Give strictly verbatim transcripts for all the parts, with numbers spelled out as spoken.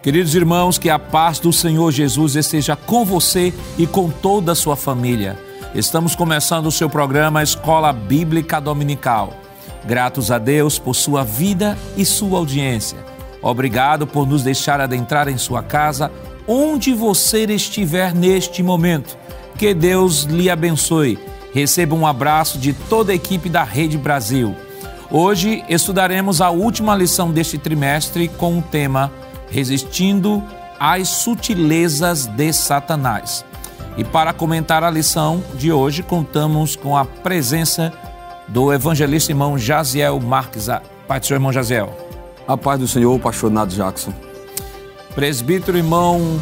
Queridos irmãos, que a paz do Senhor Jesus esteja com você e com toda a sua família. Estamos começando o seu programa Escola Bíblica Dominical. Gratos a Deus por sua vida e sua audiência. Obrigado por nos deixar adentrar em sua casa, onde você estiver neste momento. Que Deus lhe abençoe. Receba um abraço de toda a equipe da Rede Brasil. Hoje estudaremos a última lição deste trimestre com o tema Resistindo às sutilezas de Satanás. E para comentar a lição de hoje, contamos com a presença do evangelista irmão Jaziel Marques. Pai do Senhor, irmão Jaziel. A paz do Senhor, pastor Nado Jackson. Presbítero irmão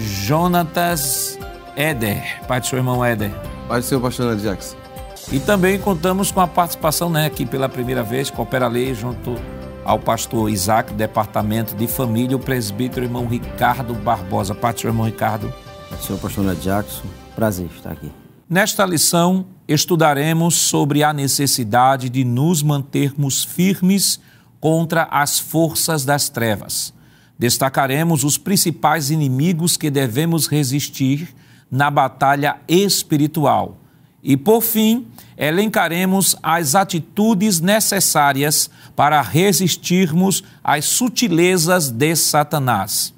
Jonatas Éder. Pai do Senhor, irmão Éder. Pai do Senhor, pastor Nado Jackson. E também contamos com a participação, né, aqui pela primeira vez, Coopera Lei, junto ao pastor Isaac, Departamento de Família, o presbítero irmão Ricardo Barbosa. Pai do Senhor, irmão Ricardo. Pai do Senhor, pastor Nado Jackson. Prazer estar aqui. Nesta lição, estudaremos sobre a necessidade de nos mantermos firmes contra as forças das trevas. Destacaremos os principais inimigos que devemos resistir na batalha espiritual. E, por fim, elencaremos as atitudes necessárias para resistirmos às sutilezas de Satanás.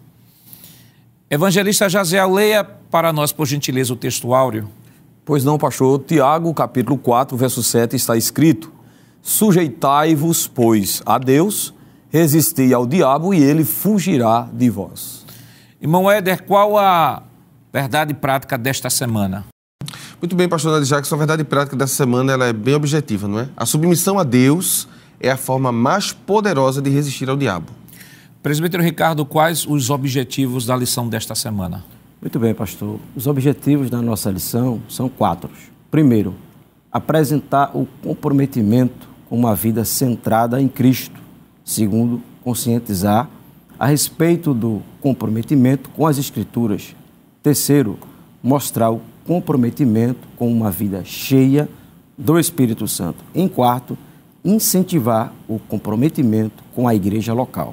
Evangelista Jaziel, leia para nós, por gentileza, o texto áureo. Pois não, pastor. Tiago, capítulo quatro, verso sete, está escrito: Sujeitai-vos, pois, a Deus, resisti ao diabo e ele fugirá de vós. Irmão Éder, qual a verdade prática desta semana? Muito bem, pastor Nado Jackson, a verdade prática dessa semana ela é bem objetiva, não é? A submissão a Deus é a forma mais poderosa de resistir ao diabo. Presbítero Ricardo, quais os objetivos da lição desta semana? Muito bem, pastor. Os objetivos da nossa lição são quatro. Primeiro, apresentar o comprometimento com uma vida centrada em Cristo. Segundo, conscientizar a respeito do comprometimento com as Escrituras. Terceiro, mostrar o comprometimento com uma vida cheia do Espírito Santo. Em quarto, incentivar o comprometimento com a igreja local.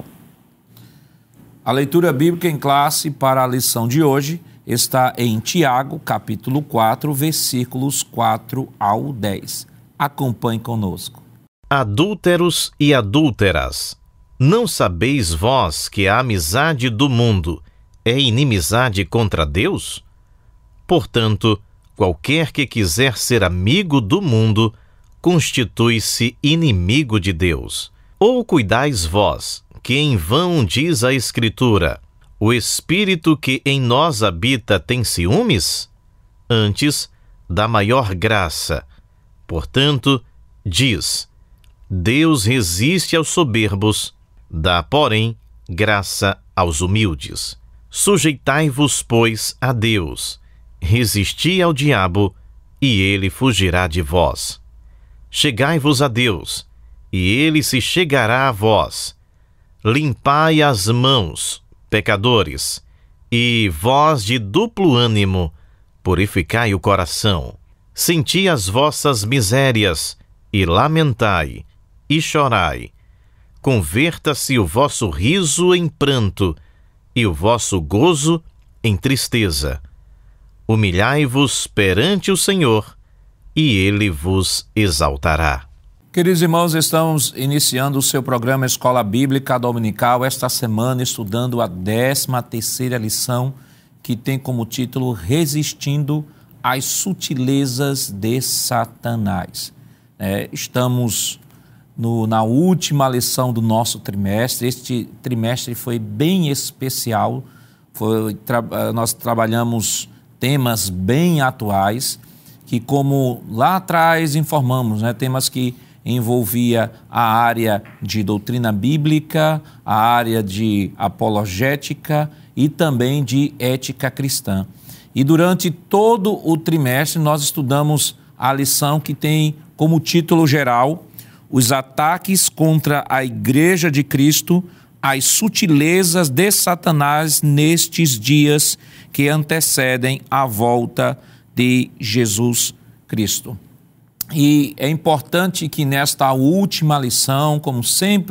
A leitura bíblica em classe para a lição de hoje está em Tiago, capítulo quatro, versículos quatro ao dez. Acompanhe conosco. Adúlteros e adúlteras, não sabeis vós que a amizade do mundo é inimizade contra Deus? Portanto, qualquer que quiser ser amigo do mundo, constitui-se inimigo de Deus. Ou cuidais vós, que em vão diz a Escritura, o Espírito que em nós habita tem ciúmes? Antes, da maior graça. Portanto, diz, Deus resiste aos soberbos, dá, porém, graça aos humildes. Sujeitai-vos, pois, a Deus. Resisti ao diabo, e ele fugirá de vós. Chegai-vos a Deus, e ele se chegará a vós. Limpai as mãos, pecadores, e vós de duplo ânimo, purificai o coração. Senti as vossas misérias, e lamentai, e chorai. Converta-se o vosso riso em pranto, e o vosso gozo em tristeza. Humilhai-vos perante o Senhor, e Ele vos exaltará. Queridos irmãos, estamos iniciando o seu programa Escola Bíblica Dominical, esta semana estudando a décima terceira lição, que tem como título Resistindo às sutilezas de Satanás. É, estamos no, na última lição do nosso trimestre. Este trimestre foi bem especial, foi, tra, nós trabalhamos temas bem atuais, que como lá atrás informamos, né, temas que envolvia a área de doutrina bíblica, a área de apologética e também de ética cristã. E durante todo o trimestre nós estudamos a lição que tem como título geral os ataques contra a Igreja de Cristo, as sutilezas de Satanás nestes dias que antecedem a volta de Jesus Cristo. E é importante que nesta última lição, como sempre,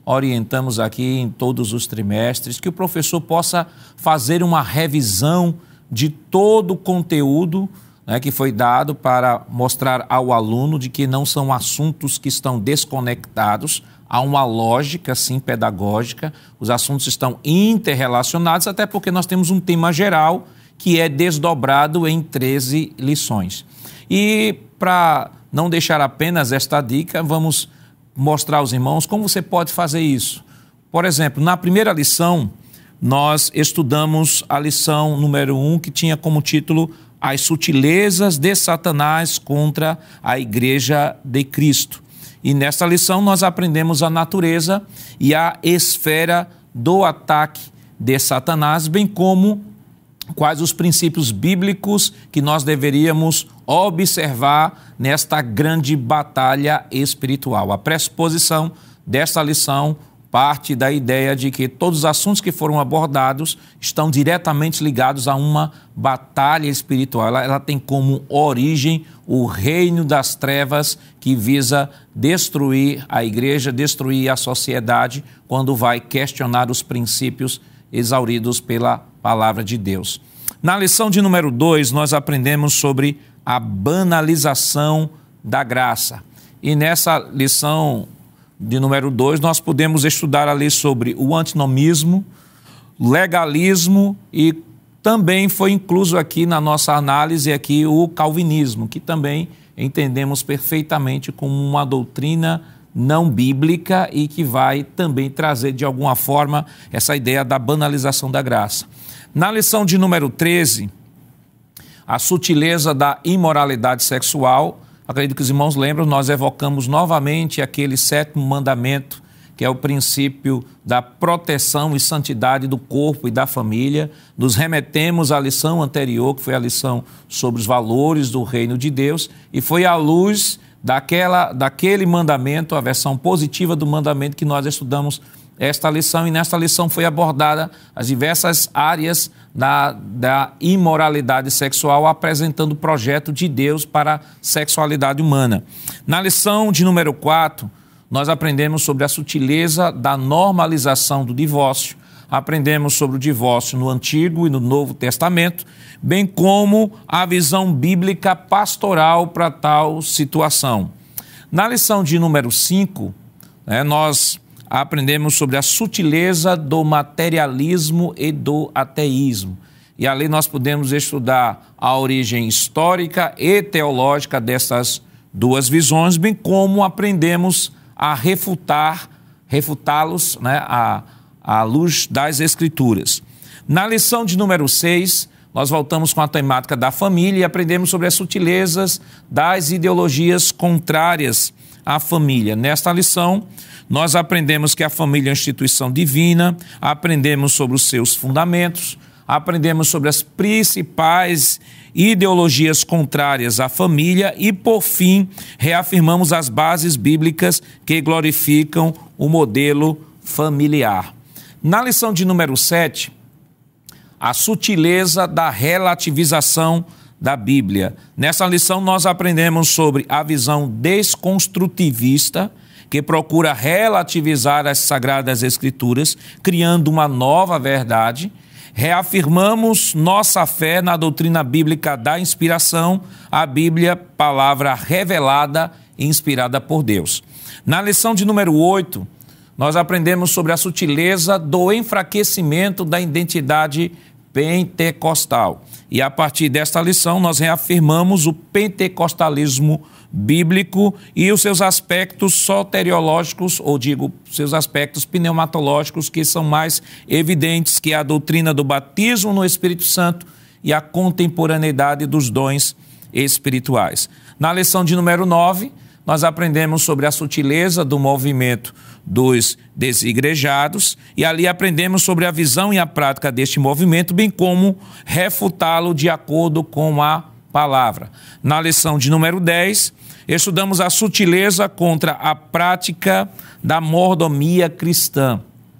orientamos aqui em todos os trimestres, que o professor possa fazer uma revisão de todo o conteúdo, né, que foi dado para mostrar ao aluno de que não são assuntos que estão desconectados, há uma lógica, sim, pedagógica, os assuntos estão interrelacionados, até porque nós temos um tema geral que é desdobrado em treze lições. E para não deixar apenas esta dica, vamos mostrar aos irmãos como você pode fazer isso. Por exemplo, na primeira lição, nós estudamos a lição número um, que tinha como título As sutilezas de Satanás contra a Igreja de Cristo. E nesta lição nós aprendemos a natureza e a esfera do ataque de Satanás, bem como quais os princípios bíblicos que nós deveríamos observar nesta grande batalha espiritual. A pressuposição desta lição parte da ideia de que todos os assuntos que foram abordados estão diretamente ligados a uma batalha espiritual. Ela, ela tem como origem o reino das trevas que visa destruir a igreja, destruir a sociedade, quando vai questionar os princípios exauridos pela palavra de Deus. Na lição de número dois, nós aprendemos sobre a banalização da graça. E nessa lição de número dois, nós podemos estudar ali sobre o antinomismo, legalismo e também foi incluso aqui na nossa análise aqui o calvinismo, que também entendemos perfeitamente como uma doutrina não bíblica e que vai também trazer de alguma forma essa ideia da banalização da graça. Na lição de número treze, a sutileza da imoralidade sexual, acredito que os irmãos lembram, nós evocamos novamente aquele sétimo mandamento, que é o princípio da proteção e santidade do corpo e da família. Nos remetemos à lição anterior, que foi a lição sobre os valores do reino de Deus, e foi à luz daquela, daquele mandamento, a versão positiva do mandamento, que nós estudamos esta lição, e nesta lição foi abordada as diversas áreas da, da imoralidade sexual, apresentando o projeto de Deus para a sexualidade humana. Na lição de número quatro, nós aprendemos sobre a sutileza da normalização do divórcio, aprendemos sobre o divórcio no Antigo e no Novo Testamento, bem como a visão bíblica pastoral para tal situação. Na lição de número cinco, né, nós aprendemos sobre a sutileza do materialismo e do ateísmo. E ali nós podemos estudar a origem histórica e teológica dessas duas visões, bem como aprendemos a refutar, refutá-los, né, à, à luz das Escrituras. Na lição de número seis, nós voltamos com a temática da família e aprendemos sobre as sutilezas das ideologias contrárias à família. Nesta lição, nós aprendemos que a família é uma instituição divina, aprendemos sobre os seus fundamentos, aprendemos sobre as principais ideologias contrárias à família e, por fim, reafirmamos as bases bíblicas que glorificam o modelo familiar. Na lição de número sete, a sutileza da relativização da Bíblia. Nessa lição nós aprendemos sobre a visão desconstrutivista, que procura relativizar as Sagradas Escrituras, criando uma nova verdade. Reafirmamos nossa fé na doutrina bíblica da inspiração, a Bíblia, palavra revelada e inspirada por Deus. Na lição de número oito, nós aprendemos sobre a sutileza do enfraquecimento da identidade pentecostal. E a partir desta lição nós reafirmamos o pentecostalismo bíblico e os seus aspectos soteriológicos, ou digo, seus aspectos pneumatológicos, que são mais evidentes, que é a doutrina do batismo no Espírito Santo e a contemporaneidade dos dons espirituais. Na lição de número nove, nós aprendemos sobre a sutileza do movimento dos desigrejados e ali aprendemos sobre a visão e a prática deste movimento, bem como refutá-lo de acordo com a palavra. Na lição de número dez, estudamos a sutileza contra a prática da mordomia cristã.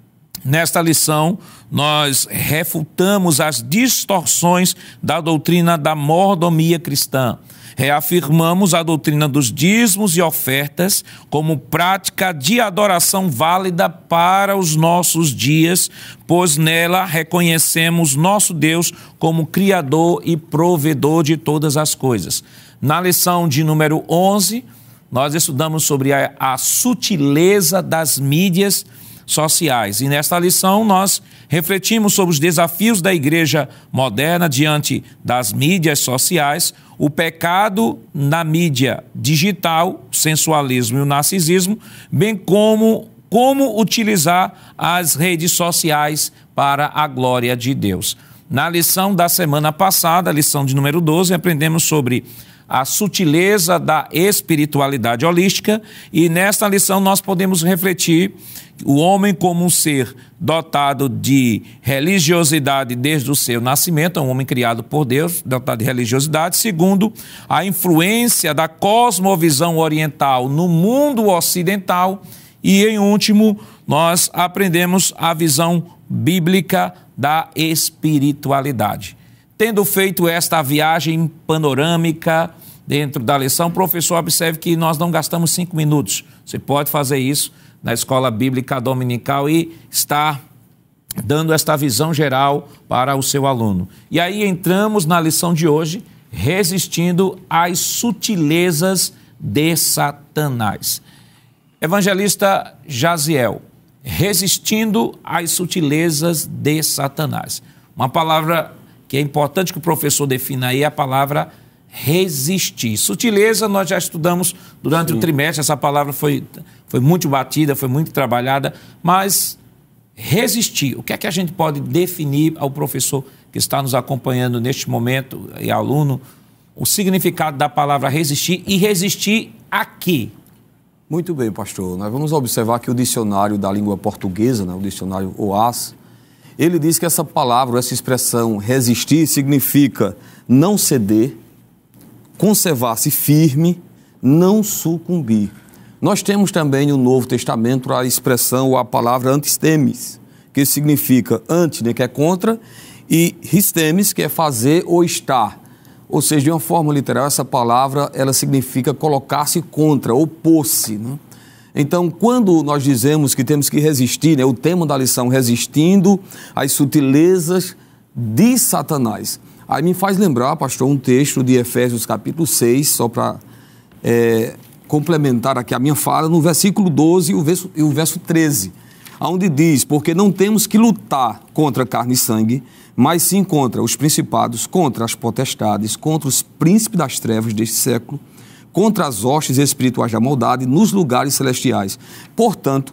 Nesta lição, nós refutamos as distorções da doutrina da mordomia cristã. Reafirmamos a doutrina dos dízimos e ofertas como prática de adoração válida para os nossos dias, pois nela reconhecemos nosso Deus como Criador e provedor de todas as coisas. Na lição de número onze, nós estudamos sobre a, a sutileza das mídias sociais. E nesta lição nós refletimos sobre os desafios da igreja moderna diante das mídias sociais, o pecado na mídia digital, o sensualismo e o narcisismo, bem como como utilizar as redes sociais para a glória de Deus. Na lição da semana passada, a lição de número doze, aprendemos sobre a sutileza da espiritualidade holística, e nesta lição nós podemos refletir o homem como um ser dotado de religiosidade desde o seu nascimento, é um homem criado por Deus, dotado de religiosidade. Segundo, a influência da cosmovisão oriental no mundo ocidental. E, em último, nós aprendemos a visão bíblica da espiritualidade. Tendo feito esta viagem panorâmica dentro da lição, professor, observe que nós não gastamos cinco minutos. Você pode fazer isso na Escola Bíblica Dominical e estar dando esta visão geral para o seu aluno. E aí entramos na lição de hoje, resistindo às sutilezas de Satanás. Evangelista Jaziel, resistindo às sutilezas de Satanás. Uma palavra que é importante que o professor defina aí, é a palavra resistir. Sutileza nós já estudamos durante Sim. o trimestre, essa palavra foi, foi muito batida, foi muito trabalhada, mas resistir, o que é que a gente pode definir ao professor que está nos acompanhando neste momento, e aluno, o significado da palavra resistir, e resistir a quê? Muito bem, pastor. Nós vamos observar que o dicionário da língua portuguesa, né, o dicionário O A S, ele diz que essa palavra, essa expressão resistir, significa não ceder, conservar-se firme, não sucumbir. Nós temos também no Novo Testamento a expressão ou a palavra antistemes, que significa anti, né, que é contra, e histemes, que é fazer ou estar. Ou seja, de uma forma literal, essa palavra ela significa colocar-se contra, opor-se, né? Então, quando nós dizemos que temos que resistir, né, o tema da lição, resistindo às sutilezas de Satanás, aí me faz lembrar, pastor, um texto de Efésios capítulo seis, só para é, complementar aqui a minha fala, no versículo doze e o verso, e o verso treze, onde diz, porque não temos que lutar contra carne e sangue, mas sim contra os principados, contra as potestades, contra os príncipes das trevas deste século, contra as hostes espirituais da maldade nos lugares celestiais. Portanto,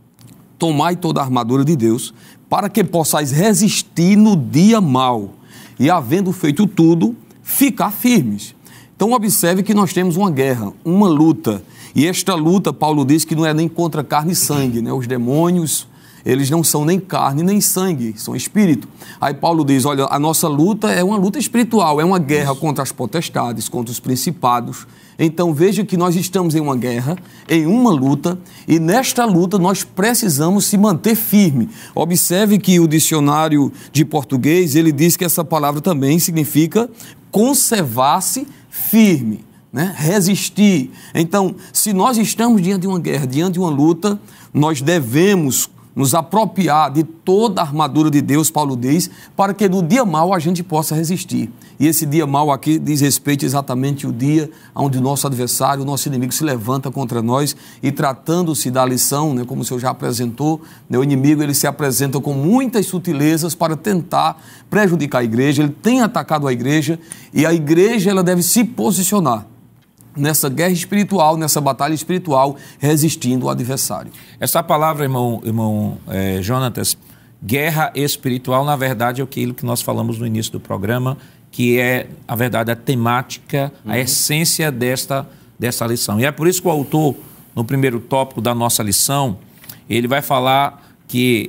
tomai toda a armadura de Deus, para que possais resistir no dia mau, e havendo feito tudo, ficar firmes. Então observe que nós temos uma guerra, uma luta, e esta luta, Paulo diz que não é nem contra carne e sangue, né? Os demônios, eles não são nem carne nem sangue, são espírito. Aí Paulo diz, olha, a nossa luta é uma luta espiritual, é uma guerra contra as potestades, contra os principados. Então veja que nós estamos em uma guerra, em uma luta, e nesta luta nós precisamos se manter firme. Observe que o dicionário de português, ele diz que essa palavra também significa conservar-se firme, né? Resistir. Então, se nós estamos diante de uma guerra, diante de uma luta, nós devemos nos apropriar de toda a armadura de Deus, Paulo diz, para que no dia mau a gente possa resistir. E esse dia mau aqui diz respeito exatamente ao dia onde o nosso adversário, o nosso inimigo se levanta contra nós, e tratando-se da lição, né, como o senhor já apresentou, né, o inimigo ele se apresenta com muitas sutilezas para tentar prejudicar a igreja, ele tem atacado a igreja, e a igreja ela deve se posicionar nessa guerra espiritual, nessa batalha espiritual, resistindo ao adversário. Essa palavra, irmão, irmão é, Jonatas, guerra espiritual, na verdade, é aquilo que nós falamos no início do programa, que é, a verdade, a temática, uhum. a essência desta, desta lição. E é por isso que o autor, no primeiro tópico da nossa lição, ele vai falar que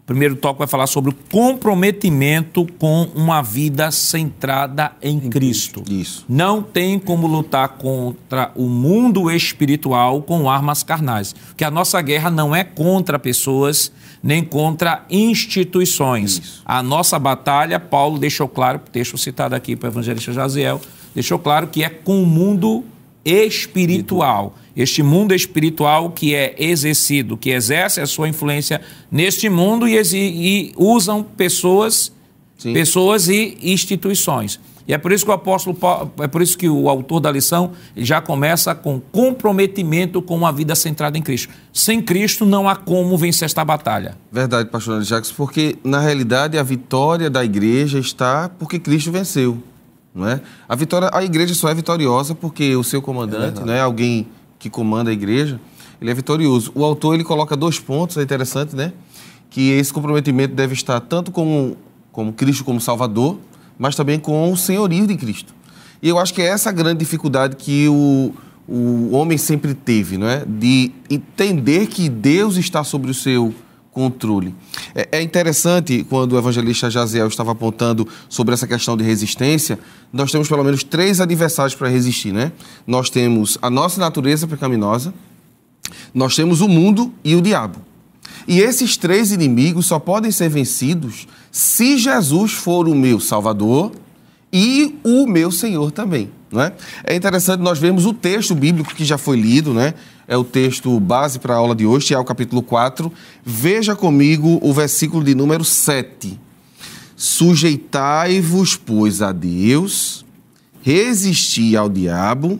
O primeiro tópico vai falar sobre o comprometimento com uma vida centrada em Cristo. Isso. Não tem como lutar contra o mundo espiritual com armas carnais, porque a nossa guerra não é contra pessoas, nem contra instituições. Isso. A nossa batalha, Paulo deixou claro, texto citado aqui para o evangelista Jaziel, deixou claro que é com o mundo espiritual. Este mundo espiritual que é exercido, que exerce a sua influência neste mundo e, e usam pessoas, pessoas e instituições. E é por isso que o apóstolo Paulo, é por isso que o autor da lição já começa com comprometimento com uma vida centrada em Cristo. Sem Cristo não há como vencer esta batalha. Verdade, pastor Nélio Jacques, porque na realidade a vitória da igreja está porque Cristo venceu. Não é? A, vitória, a igreja só é vitoriosa porque o seu comandante, é, não é alguém que comanda a igreja, ele é vitorioso. O autor ele coloca dois pontos, é interessante, né? Que esse comprometimento deve estar tanto com, com Cristo como Salvador, mas também com o senhorio de Cristo. E eu acho que é essa a grande dificuldade que o, o homem sempre teve, não é? De entender que Deus está sobre o seu controle. É, é interessante, quando o evangelista Jaziel estava apontando sobre essa questão de resistência, nós temos pelo menos três adversários para resistir, né? Nós temos a nossa natureza pecaminosa, nós temos o mundo e o diabo. E esses três inimigos só podem ser vencidos se Jesus for o meu Salvador e o meu Senhor também, não é? É interessante nós vermos o texto bíblico que já foi lido, né? É o texto base para a aula de hoje, Tiago capítulo quatro. Veja comigo o versículo de número sete. Sujeitai-vos, pois, a Deus, resisti ao diabo,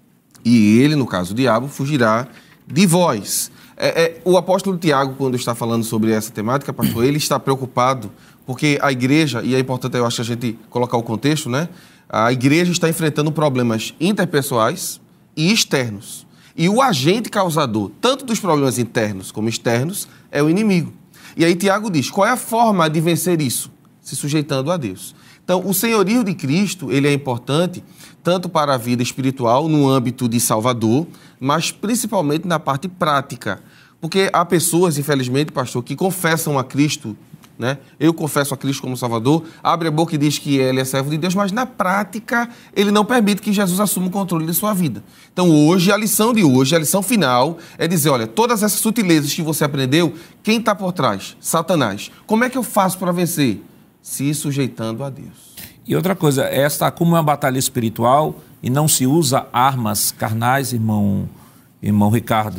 e ele, no caso o diabo, fugirá de vós. É, é, o apóstolo Tiago, quando está falando sobre essa temática, pastor, ele está preocupado, porque a igreja, e é importante eu acho a gente colocar o contexto, né? A igreja está enfrentando problemas interpessoais e externos. E o agente causador, tanto dos problemas internos como externos, é o inimigo. E aí Tiago diz, qual é a forma de vencer isso? Se sujeitando a Deus. Então, o senhorio de Cristo, ele é importante tanto para a vida espiritual, no âmbito de Salvador, mas principalmente na parte prática. Porque há pessoas, infelizmente, pastor, que confessam a Cristo, né? Eu confesso a Cristo como Salvador, abre a boca e diz que ele é servo de Deus, mas na prática ele não permite que Jesus assuma o controle de sua vida. Então hoje, a lição de hoje, a lição final é dizer, olha, todas essas sutilezas que você aprendeu, quem está por trás? Satanás. Como é que eu faço para vencer? Se sujeitando a Deus. E outra coisa, esta como é uma batalha espiritual e não se usa armas carnais, irmão, irmão Ricardo.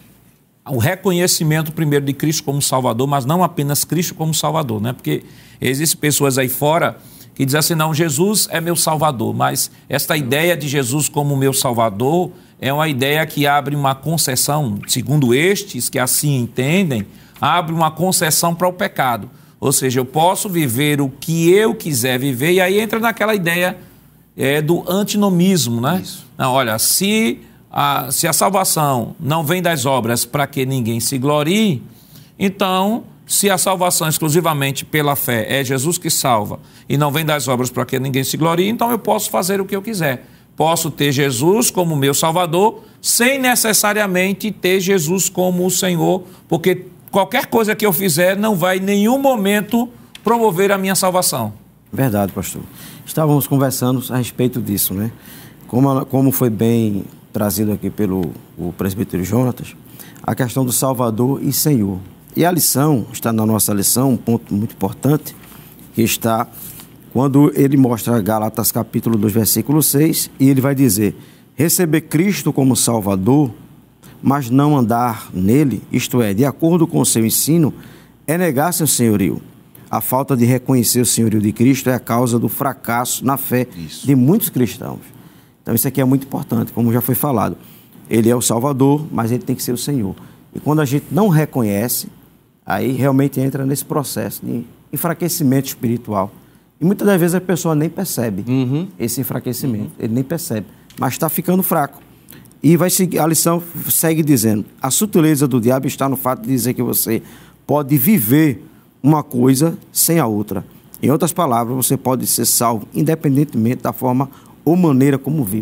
O reconhecimento primeiro de Cristo como Salvador, mas não apenas Cristo como Salvador, né? Porque existem pessoas aí fora que dizem assim, não, Jesus é meu Salvador, mas esta ideia de Jesus como meu Salvador é uma ideia que abre uma concessão, segundo estes que assim entendem, abre uma concessão para o pecado. Ou seja, eu posso viver o que eu quiser viver, e aí entra naquela ideia é, do antinomismo, né? Isso. Não, olha, se a, se a salvação não vem das obras para que ninguém se glorie, então, se a salvação exclusivamente pela fé é Jesus que salva e não vem das obras para que ninguém se glorie, então eu posso fazer o que eu quiser. Posso ter Jesus como meu Salvador sem necessariamente ter Jesus como o Senhor, porque qualquer coisa que eu fizer não vai em nenhum momento promover a minha salvação. Verdade, pastor. Estávamos conversando a respeito disso, né? Como, como foi bem trazido aqui pelo o presbítero Jonatas, a questão do Salvador e Senhor. E a lição, está na nossa lição, um ponto muito importante, que está quando ele mostra Gálatas capítulo dois, versículo seis, e ele vai dizer, receber Cristo como Salvador, mas não andar nele, isto é, de acordo com o seu ensino, é negar seu senhorio. A falta de reconhecer o senhorio de Cristo é a causa do fracasso na fé isso. de muitos cristãos. Então isso aqui é muito importante, como já foi falado. Ele é o Salvador, mas ele tem que ser o Senhor. E quando a gente não reconhece, aí realmente entra nesse processo de enfraquecimento espiritual. E muitas das vezes a pessoa nem percebe uhum. esse enfraquecimento, uhum. ele nem percebe, mas está ficando fraco. E vai seguir, a lição segue dizendo, a sutileza do diabo está no fato de dizer que você pode viver uma coisa sem a outra. Em outras palavras, você pode ser salvo independentemente da forma ou maneira como vive.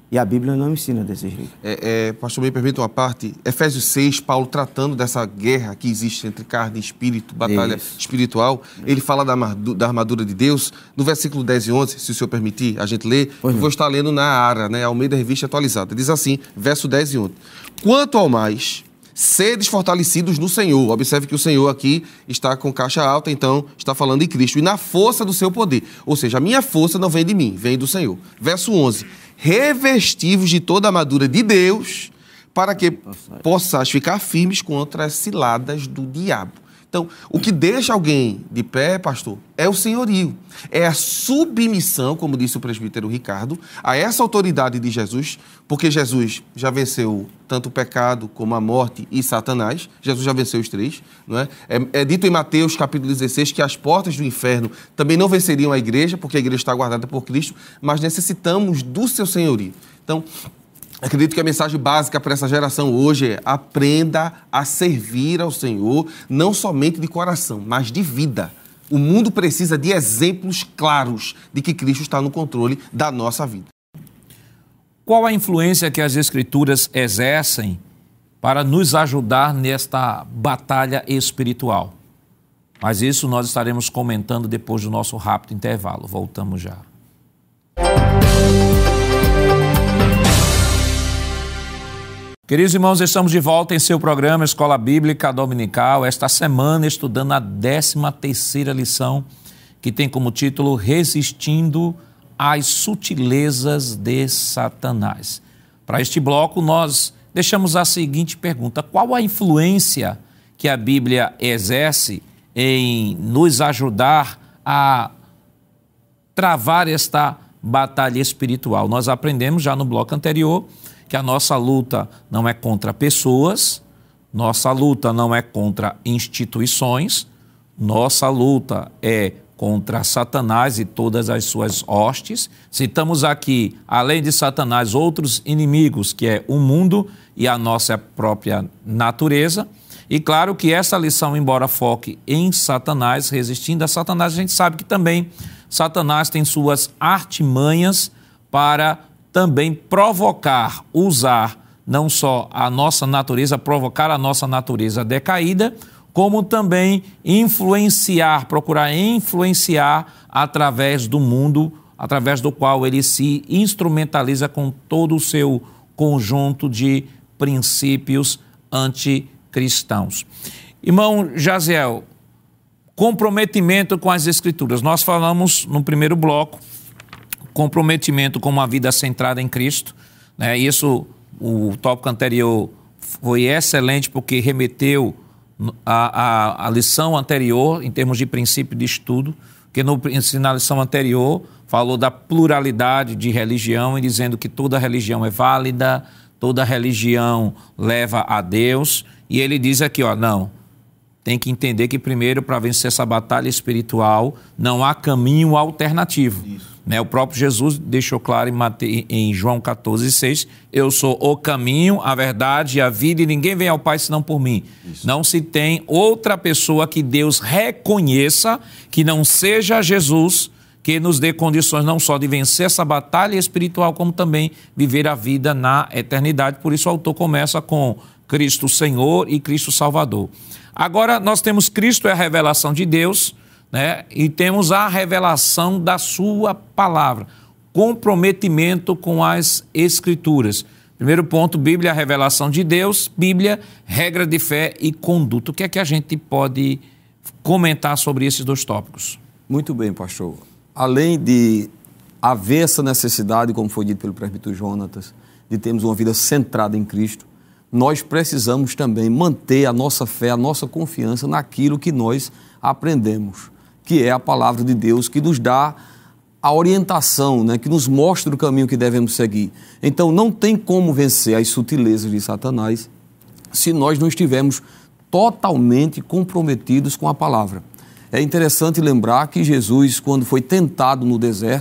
E a Bíblia não ensina desse jeito. É, é, pastor, me permita uma parte. Efésios seis, Paulo tratando dessa guerra que existe entre carne e espírito, batalha Isso. espiritual. Ele fala da armadura, da armadura de Deus. No versículo dez e onze, se o senhor permitir a gente ler, Pois eu não. vou estar lendo na Ara, né, Almeida Revista Atualizada. Diz assim, verso dez e onze. Quanto ao mais, sedes fortalecidos no Senhor. Observe que o Senhor aqui está com caixa alta, então está falando em Cristo. E na força do seu poder. Ou seja, a minha força não vem de mim, vem do Senhor. Verso onze. Revestivos de toda a armadura de Deus, para que possais ficar firmes contra as ciladas do diabo. Então, o que deixa alguém de pé, pastor, é o senhorio. É a submissão, como disse o presbítero Ricardo, a essa autoridade de Jesus, porque Jesus já venceu tanto o pecado como a morte e Satanás. Jesus já venceu os três. Não é? É, é dito em Mateus, capítulo dezesseis, que as portas do inferno também não venceriam a igreja, porque a igreja está guardada por Cristo, mas necessitamos do seu senhorio. Então, acredito que a mensagem básica para essa geração hoje é: aprenda a servir ao Senhor, não somente de coração, mas de vida. O mundo precisa de exemplos claros de que Cristo está no controle da nossa vida. Qual a influência que as Escrituras exercem para nos ajudar nesta batalha espiritual? Mas isso nós estaremos comentando depois do nosso rápido intervalo. Voltamos já. Queridos irmãos, estamos de volta em seu programa Escola Bíblica Dominical, esta semana estudando a décima terceira lição, que tem como título Resistindo às Sutilezas de Satanás. Para este bloco, nós deixamos a seguinte pergunta: qual a influência que a Bíblia exerce em nos ajudar a travar esta batalha espiritual? Nós aprendemos já no bloco anterior que a nossa luta não é contra pessoas, nossa luta não é contra instituições, nossa luta é contra Satanás e todas as suas hostes. Citamos aqui, além de Satanás, outros inimigos, que é o mundo e a nossa própria natureza. E claro que essa lição, embora foque em Satanás, resistindo a Satanás, a gente sabe que também Satanás tem suas artimanhas para também provocar, usar não só a nossa natureza, provocar a nossa natureza decaída, como também influenciar, procurar influenciar através do mundo, através do qual ele se instrumentaliza com todo o seu conjunto de princípios anticristãos. Irmão Jaziel, comprometimento com as Escrituras. Nós falamos no primeiro bloco, comprometimento com uma vida centrada em Cristo, né? Isso, o tópico anterior foi excelente porque remeteu a, a, a lição anterior em termos de princípio de estudo, que no, na lição anterior falou da pluralidade de religião e dizendo que toda religião é válida, toda religião leva a Deus, e ele diz aqui, ó, não, tem que entender que primeiro, para vencer essa batalha espiritual, não há caminho alternativo. Né? O próprio Jesus deixou claro em, Mate... em João catorze, seis, eu sou o caminho, a verdade e a vida, e ninguém vem ao Pai senão por mim. Isso. Não se tem outra pessoa que Deus reconheça que não seja Jesus, que nos dê condições não só de vencer essa batalha espiritual, como também viver a vida na eternidade. Por isso o autor começa com Cristo Senhor e Cristo Salvador. Agora nós temos Cristo é a revelação de Deus, né? E temos a revelação da sua palavra, comprometimento com as Escrituras. Primeiro ponto, Bíblia, a revelação de Deus, Bíblia, regra de fé e conduta. O que é que a gente pode comentar sobre esses dois tópicos? Muito bem, pastor. Além de haver essa necessidade, como foi dito pelo presbítero Jonatas, de termos uma vida centrada em Cristo, nós precisamos também manter a nossa fé, a nossa confiança naquilo que nós aprendemos, que é a palavra de Deus, que nos dá a orientação, né, que nos mostra o caminho que devemos seguir. Então, não tem como vencer as sutilezas de Satanás se nós não estivermos totalmente comprometidos com a palavra. É interessante lembrar que Jesus, quando foi tentado no deserto,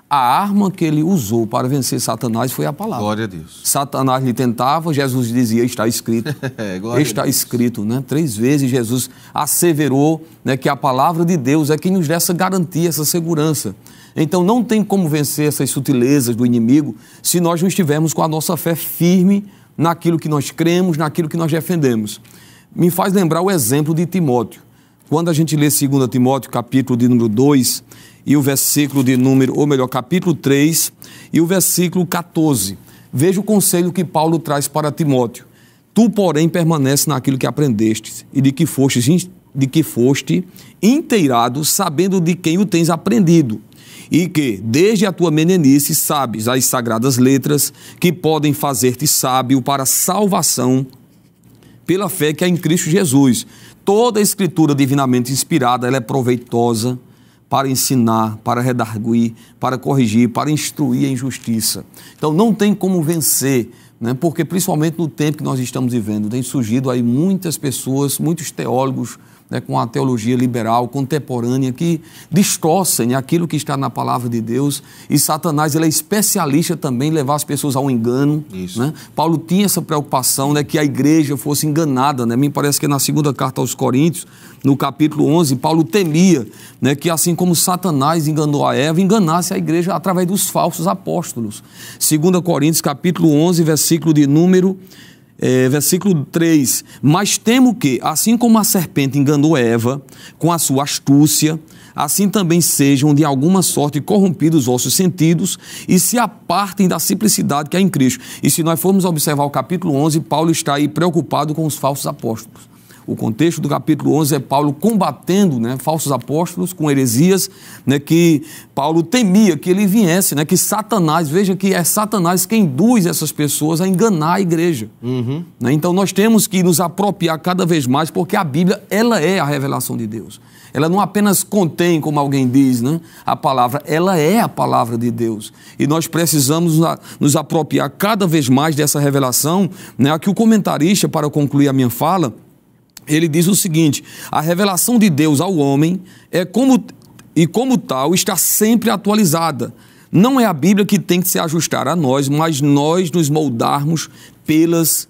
A arma que ele usou para vencer Satanás foi a palavra. Glória a Deus. Satanás lhe tentava, Jesus dizia, está escrito. É, glória está a Deus. escrito, né? Três vezes Jesus asseverou, né, que a palavra de Deus é quem nos dá essa garantia, essa segurança. Então não tem como vencer essas sutilezas do inimigo se nós não estivermos com a nossa fé firme naquilo que nós cremos, naquilo que nós defendemos. Me faz lembrar o exemplo de Timóteo. Quando a gente lê dois Timóteo, capítulo de número dois, e o versículo de número, ou melhor, capítulo três, e o versículo catorze. Veja o conselho que Paulo traz para Timóteo. Tu, porém, permanece naquilo que aprendeste, e de que foste, de que foste inteirado, sabendo de quem o tens aprendido, e que, desde a tua meninice, sabes as sagradas letras que podem fazer-te sábio para a salvação pela fé que há em Cristo Jesus. Toda a escritura divinamente inspirada, ela é proveitosa para ensinar, para redarguir, para corrigir, para instruir em justiça. Então não tem como vencer, né? Porque principalmente no tempo que nós estamos vivendo, tem surgido aí muitas pessoas, muitos teólogos, né, com a teologia liberal, contemporânea, que distorcem aquilo que está na palavra de Deus, e Satanás ele é especialista também em levar as pessoas ao engano. Isso. Né? Paulo tinha essa preocupação, né, que a igreja fosse enganada, né? Me parece que na segunda carta aos Coríntios, no capítulo onze, Paulo temia, né, que assim como Satanás enganou a Eva, enganasse a igreja através dos falsos apóstolos. segunda Coríntios, capítulo onze, versículo de número É, versículo três, mas temo que, assim como a serpente enganou Eva com a sua astúcia, assim também sejam de alguma sorte corrompidos os vossos sentidos e se apartem da simplicidade que há em Cristo. E se nós formos observar o capítulo onze, Paulo está aí preocupado com os falsos apóstolos. O contexto do capítulo onze é Paulo combatendo, né, falsos apóstolos com heresias, né, que Paulo temia que ele viesse, né, que Satanás, veja que é Satanás quem induz essas pessoas a enganar a igreja. Uhum. Né? Então nós temos que nos apropriar cada vez mais, porque a Bíblia, ela é a revelação de Deus. Ela não apenas contém, como alguém diz, né, a palavra, ela é a palavra de Deus. E nós precisamos nos apropriar cada vez mais dessa revelação, né. Aqui o comentarista, para concluir a minha fala, ele diz o seguinte: a revelação de Deus ao homem é como, e como tal está sempre atualizada. Não é a Bíblia que tem que se ajustar a nós, mas nós nos moldarmos pelas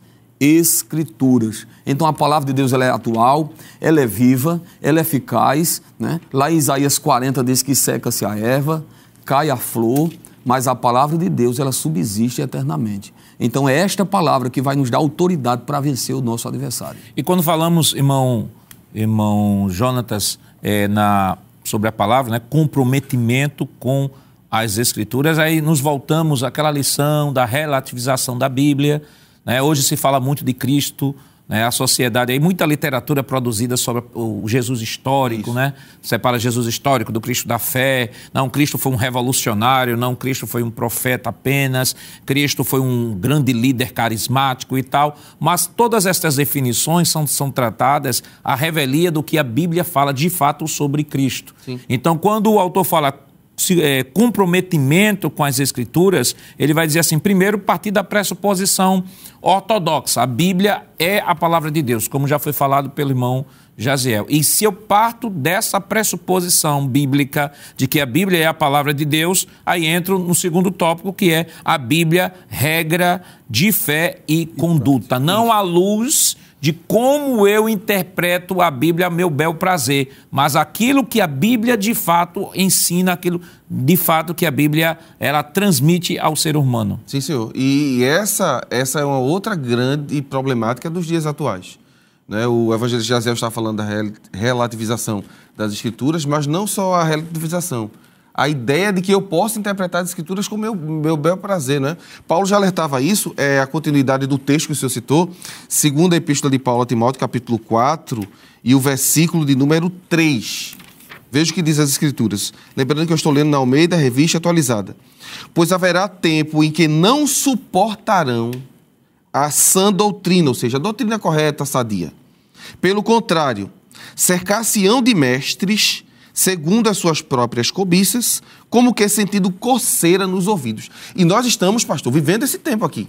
Escrituras. Então a palavra de Deus ela é atual, ela é viva, ela é eficaz, né? Lá em Isaías quarenta diz que seca-se a erva, cai a flor, mas a palavra de Deus ela subsiste eternamente. Então é esta palavra que vai nos dar autoridade para vencer o nosso adversário. E quando falamos, irmão, irmão Jonatas, é, na, sobre a palavra, né, comprometimento com as Escrituras, aí nos voltamos àquela lição da relativização da Bíblia, né? Hoje se fala muito de Cristo, né? A sociedade, aí muita literatura produzida sobre o Jesus histórico, né? Separa Jesus histórico do Cristo da fé. Não, Cristo foi um revolucionário, não, Cristo foi um profeta apenas, Cristo foi um grande líder carismático e tal. Mas todas estas definições são, são tratadas à revelia do que a Bíblia fala de fato sobre Cristo. Sim. Então, quando o autor fala Se, é, comprometimento com as Escrituras, ele vai dizer assim, primeiro, partir da pressuposição ortodoxa. A Bíblia é a palavra de Deus, como já foi falado pelo irmão Jaziel. E se eu parto dessa pressuposição bíblica de que a Bíblia é a palavra de Deus, aí entro no segundo tópico, que é a Bíblia, regra de fé e conduta. Não à luz de como eu interpreto a Bíblia a meu bel prazer, mas aquilo que a Bíblia de fato ensina, aquilo de fato que a Bíblia ela transmite ao ser humano. Sim, senhor. E essa, essa é uma outra grande problemática dos dias atuais. Né? O evangelista Jaziel está falando da relativização das Escrituras, mas não só a relativização. A ideia de que eu posso interpretar as Escrituras com o meu, meu bel prazer, né? Paulo já alertava isso, é a continuidade do texto que o senhor citou, segunda Epístola de Paulo a Timóteo, capítulo quatro, e o versículo de número três. Veja o que diz as Escrituras. Lembrando que eu estou lendo na Almeida, Revista Atualizada. Pois haverá tempo em que não suportarão a sã doutrina, ou seja, a doutrina correta, sadia. Pelo contrário, cercar-se-ão de mestres segundo as suas próprias cobiças, como que sentindo coceira nos ouvidos. E nós estamos, pastor, vivendo esse tempo aqui.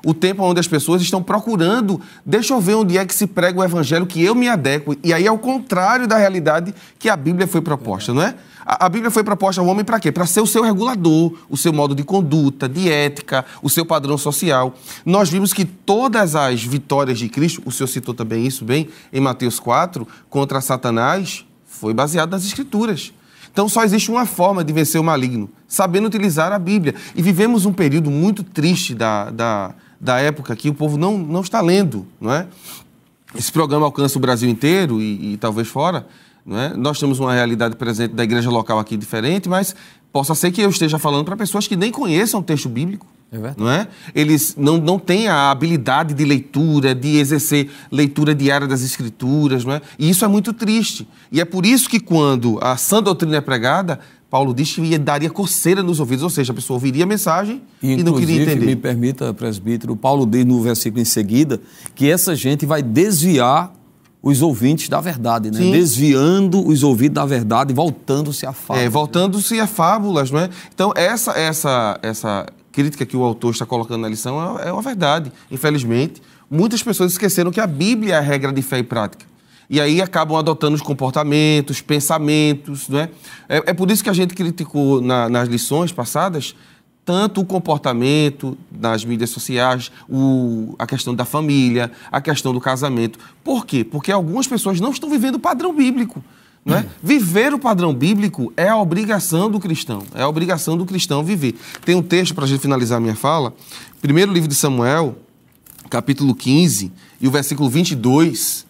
O tempo onde as pessoas estão procurando, deixa eu ver onde é que se prega o evangelho, que eu me adequo. E aí é o contrário da realidade que a Bíblia foi proposta, não é? A, a Bíblia foi proposta ao homem para quê? Para ser o seu regulador, o seu modo de conduta, de ética, o seu padrão social. Nós vimos que todas as vitórias de Cristo, o senhor citou também isso bem, em Mateus quatro, contra Satanás, foi baseado nas Escrituras. Então só existe uma forma de vencer o maligno, sabendo utilizar a Bíblia. E vivemos um período muito triste da, da, da época que o povo não, não está lendo, não é? Esse programa alcança o Brasil inteiro e, e talvez fora, não é? Nós temos uma realidade presente da igreja local aqui diferente, mas possa ser que eu esteja falando para pessoas que nem conheçam o texto bíblico. É verdade. Não é? Eles não, não têm a habilidade de leitura, de exercer leitura diária das Escrituras, não é? E isso é muito triste. E é por isso que quando a sã doutrina é pregada, Paulo diz que daria coceira nos ouvidos, ou seja, a pessoa ouviria a mensagem e, e não queria entender. Me permita, presbítero, Paulo diz no versículo em seguida que essa gente vai desviar os ouvintes da verdade, né? Sim. Desviando os ouvidos da verdade e voltando-se a fábulas. É, voltando-se a fábulas, não é? Então, essa, essa, essa crítica que o autor está colocando na lição é, é uma verdade, infelizmente. Muitas pessoas esqueceram que a Bíblia é a regra de fé e prática. E aí acabam adotando os comportamentos, pensamentos, não é? É, é por isso que a gente criticou na, nas lições passadas tanto o comportamento nas mídias sociais, o, a questão da família, a questão do casamento. Por quê? Porque algumas pessoas não estão vivendo o padrão bíblico. Não é? Hum. Viver o padrão bíblico é a obrigação do cristão. É a obrigação do cristão viver. Tem um texto, para a gente finalizar a minha fala, primeiro livro de Samuel, capítulo quinze, e o versículo vinte e dois,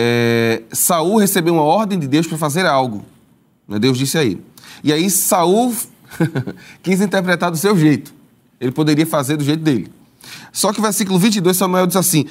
é, Saul recebeu uma ordem de Deus para fazer algo. Deus disse a ele. E aí Saul quis interpretar do seu jeito. Ele poderia fazer do jeito dele. Só que o versículo vinte e dois, Samuel diz assim: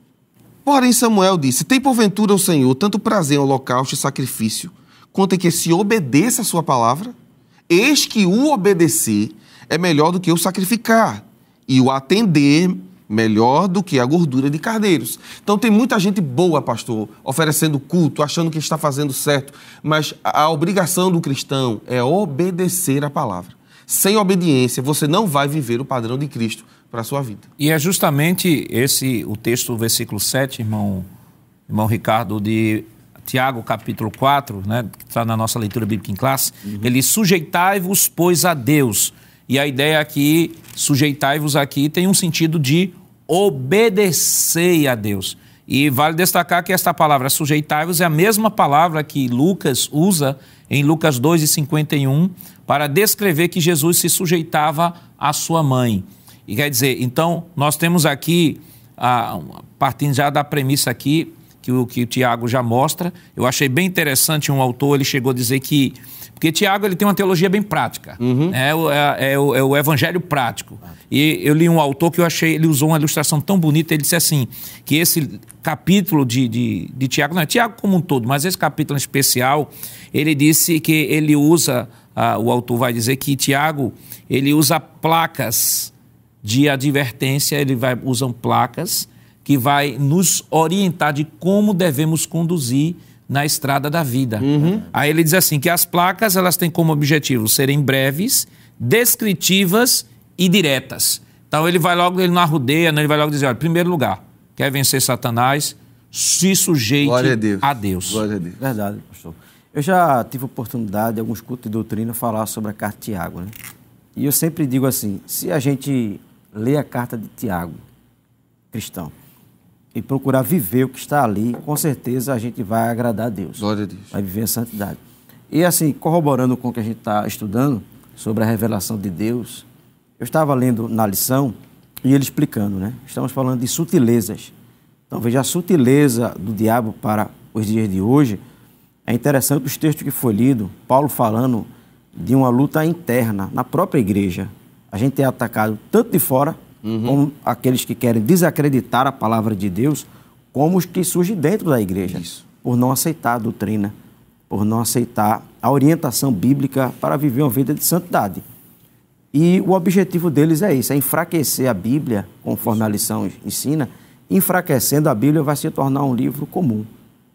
porém Samuel disse, tem porventura o Senhor tanto prazer em holocausto e sacrifício, quanto em que se obedeça a sua palavra? Eis que o obedecer é melhor do que o sacrificar, e o atender melhor do que a gordura de cardeiros. Então tem muita gente boa, pastor, oferecendo culto, achando que está fazendo certo, mas a obrigação do cristão é obedecer a palavra. Sem obediência, você não vai viver o padrão de Cristo para a sua vida. E é justamente esse o texto, o versículo sete, irmão, irmão Ricardo, de Tiago, capítulo quatro, né, que está na nossa leitura bíblica em classe. Uhum. Ele: sujeitai-vos, pois, a Deus. E a ideia aqui, sujeitai-vos aqui, tem um sentido de obedecer a Deus. E vale destacar que esta palavra sujeitai-vos é a mesma palavra que Lucas usa em Lucas dois e cinquenta e um para descrever que Jesus se sujeitava à sua mãe. E quer dizer, então, nós temos aqui, a, partindo já da premissa aqui, que o, que o Tiago já mostra, eu achei bem interessante, um autor, ele chegou a dizer que, porque Tiago ele tem uma teologia bem prática, uhum. é, o, é, é, o, é o evangelho prático. E eu li um autor que eu achei, ele usou uma ilustração tão bonita, ele disse assim, que esse capítulo de, de, de Tiago, não é Tiago como um todo, mas esse capítulo em especial, ele disse que ele usa, ah, o autor vai dizer que Tiago, ele usa placas de advertência, ele vai, usam placas que vai nos orientar de como devemos conduzir na estrada da vida. Uhum. Aí ele diz assim, que as placas elas têm como objetivo serem breves, descritivas e diretas. Então ele vai logo, ele não arrudeia, ele vai logo dizer, olha, primeiro lugar, quer vencer Satanás, se sujeite Glória a Deus. a Deus. Glória a Deus. Verdade, pastor. Eu já tive a oportunidade, em alguns cultos de doutrina, falar sobre a carta de Tiago, né? E eu sempre digo assim, se a gente ler a carta de Tiago, cristão, e procurar viver o que está ali, com certeza a gente vai agradar a Deus. Glória a Deus. Vai viver a santidade. E assim, corroborando com o que a gente está estudando sobre a revelação de Deus, eu estava lendo na lição e ele explicando, né? Estamos falando de sutilezas. Então veja, a sutileza do diabo para os dias de hoje. É interessante os textos que foi lido, Paulo falando de uma luta interna na própria igreja. A gente é atacado tanto de fora, uhum. como aqueles que querem desacreditar a palavra de Deus, como os que surgem dentro da igreja, Isso. por não aceitar a doutrina, por não aceitar a orientação bíblica para viver uma vida de santidade. E o objetivo deles é isso, é enfraquecer a Bíblia, conforme a lição ensina. Enfraquecendo a Bíblia vai se tornar um livro comum.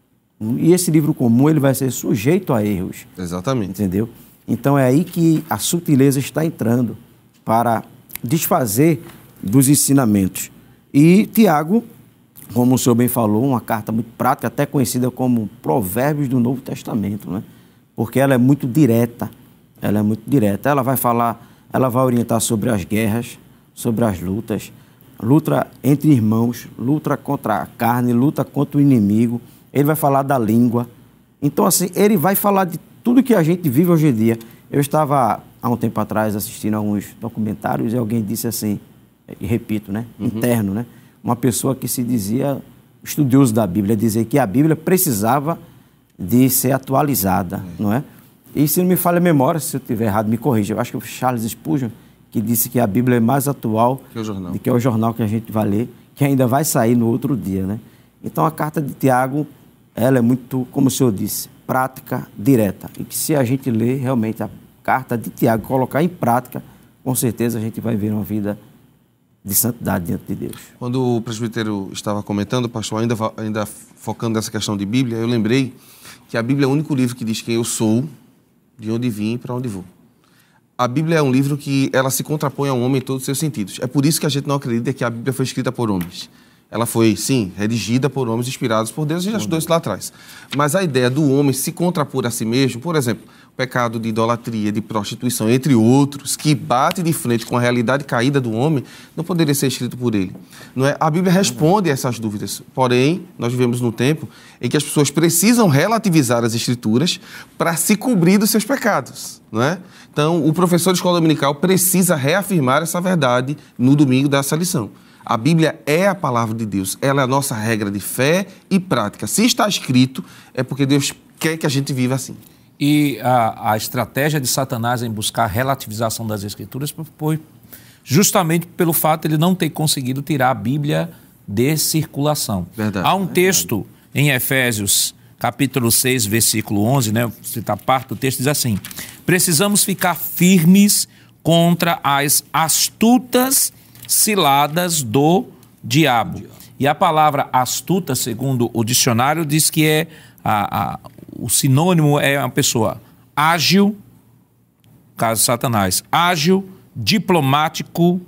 E esse livro comum ele vai ser sujeito a erros. Exatamente. Entendeu? Então é aí que a sutileza está entrando para desfazer dos ensinamentos. E Tiago, como o senhor bem falou, uma carta muito prática, até conhecida como Provérbios do Novo Testamento, né? Porque ela é muito direta, ela é muito direta. Ela vai falar, ela vai orientar sobre as guerras, sobre as lutas, luta entre irmãos, luta contra a carne, luta contra o inimigo. Ele vai falar da língua. Então, assim, ele vai falar de tudo que a gente vive hoje em dia. Eu estava, há um tempo atrás, assistindo alguns documentários e alguém disse assim, e repito, né? Uhum. Interno, né? Uma pessoa que se dizia estudioso da Bíblia, dizer que a Bíblia precisava de ser atualizada, uhum. não é? E se não me falha a memória, se eu estiver errado, me corrija. Eu acho que foi Charles Spurgeon que disse que a Bíblia é mais atual que o jornal. do que o jornal que a gente vai ler, que ainda vai sair no outro dia, né? Então, a carta de Tiago, ela é muito, como o senhor disse, prática, direta. E que se a gente ler realmente a carta de Tiago, colocar em prática, com certeza a gente vai ver uma vida de santidade diante de Deus. Quando o presbítero estava comentando, pastor, ainda, ainda focando nessa questão de Bíblia, eu lembrei que a Bíblia é o único livro que diz quem eu sou, de onde vim e para onde vou. A Bíblia é um livro que ela se contrapõe ao homem em todos os seus sentidos. É por isso que a gente não acredita que a Bíblia foi escrita por homens. Ela foi, sim, redigida por homens inspirados por Deus, a gente já estudou isso lá atrás. Mas a ideia do homem se contrapor a si mesmo, por exemplo, o pecado de idolatria, de prostituição, entre outros, que bate de frente com a realidade caída do homem, não poderia ser escrito por ele. Não é? A Bíblia responde a essas dúvidas. Porém, nós vivemos num tempo em que as pessoas precisam relativizar as Escrituras para se cobrir dos seus pecados. Não é? Então, o professor de escola dominical precisa reafirmar essa verdade no domingo dessa lição. A Bíblia é a palavra de Deus, ela é a nossa regra de fé e prática. Se está escrito, é porque Deus quer que a gente viva assim. E a, a estratégia de Satanás em buscar a relativização das Escrituras foi justamente pelo fato de ele não ter conseguido tirar a Bíblia de circulação. Verdade. Há um texto em Efésios, capítulo seis, versículo onze, né? Citar parte do texto, diz assim: precisamos ficar firmes contra as astutas ciladas do diabo. E a palavra astuta, segundo o dicionário, diz que é a, a, o sinônimo é uma pessoa ágil, caso Satanás, ágil, diplomático,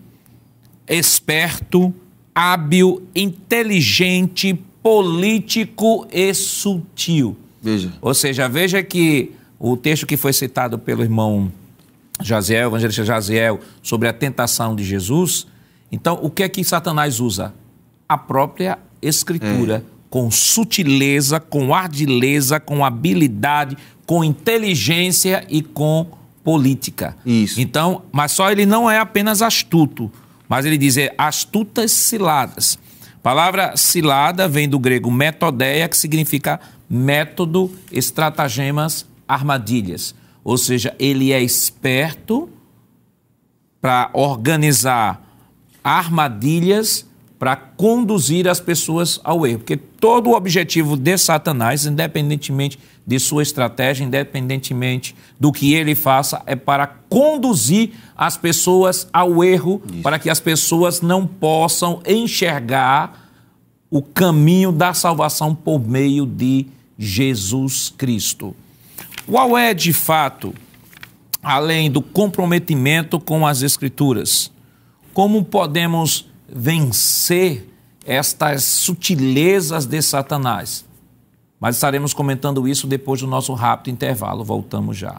esperto, hábil, inteligente, político e sutil. Veja. Ou seja, veja que o texto que foi citado pelo irmão Jaziel, evangelista Jaziel, sobre a tentação de Jesus. Então, o que é que Satanás usa? A própria Escritura, é. com sutileza, com ardileza, com habilidade, com inteligência e com política. Isso. Então, mas só ele não é apenas astuto, mas ele diz é, astutas ciladas. A palavra cilada vem do grego metodeia, que significa método, estratagemas, armadilhas. Ou seja, ele é esperto para organizar armadilhas para conduzir as pessoas ao erro. Porque todo o objetivo de Satanás, independentemente de sua estratégia, independentemente do que ele faça, é para conduzir as pessoas ao erro, Isso. para que as pessoas não possam enxergar o caminho da salvação por meio de Jesus Cristo. Qual é, de fato, além do comprometimento com as Escrituras, como podemos vencer estas sutilezas de Satanás? Mas estaremos comentando isso depois do nosso rápido intervalo. Voltamos já.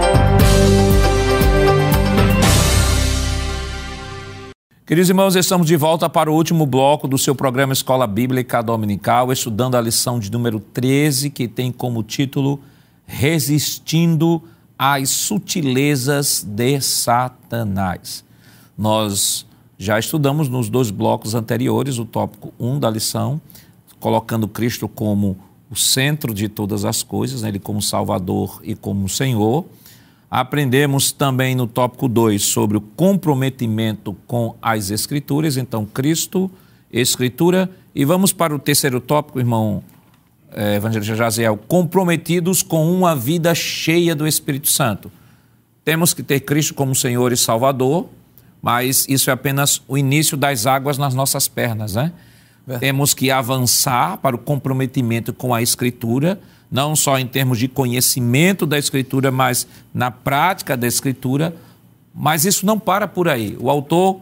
Queridos irmãos, estamos de volta para o último bloco do seu programa Escola Bíblica Dominical, estudando a lição de número treze, que tem como título Resistindo às Sutilezas de Satanás. Nós já estudamos nos dois blocos anteriores o tópico um da lição, colocando Cristo como o centro de todas as coisas, né? Ele como Salvador e como Senhor. Aprendemos também no tópico dois sobre o comprometimento com as Escrituras, então Cristo, Escritura. E vamos para o terceiro tópico, irmão é, evangelista Jaziel, comprometidos com uma vida cheia do Espírito Santo. Temos que ter Cristo como Senhor e Salvador, mas isso é apenas o início das águas nas nossas pernas, né? É. Temos que avançar para o comprometimento com a Escritura, não só em termos de conhecimento da Escritura, mas na prática da Escritura. Mas isso não para por aí. O autor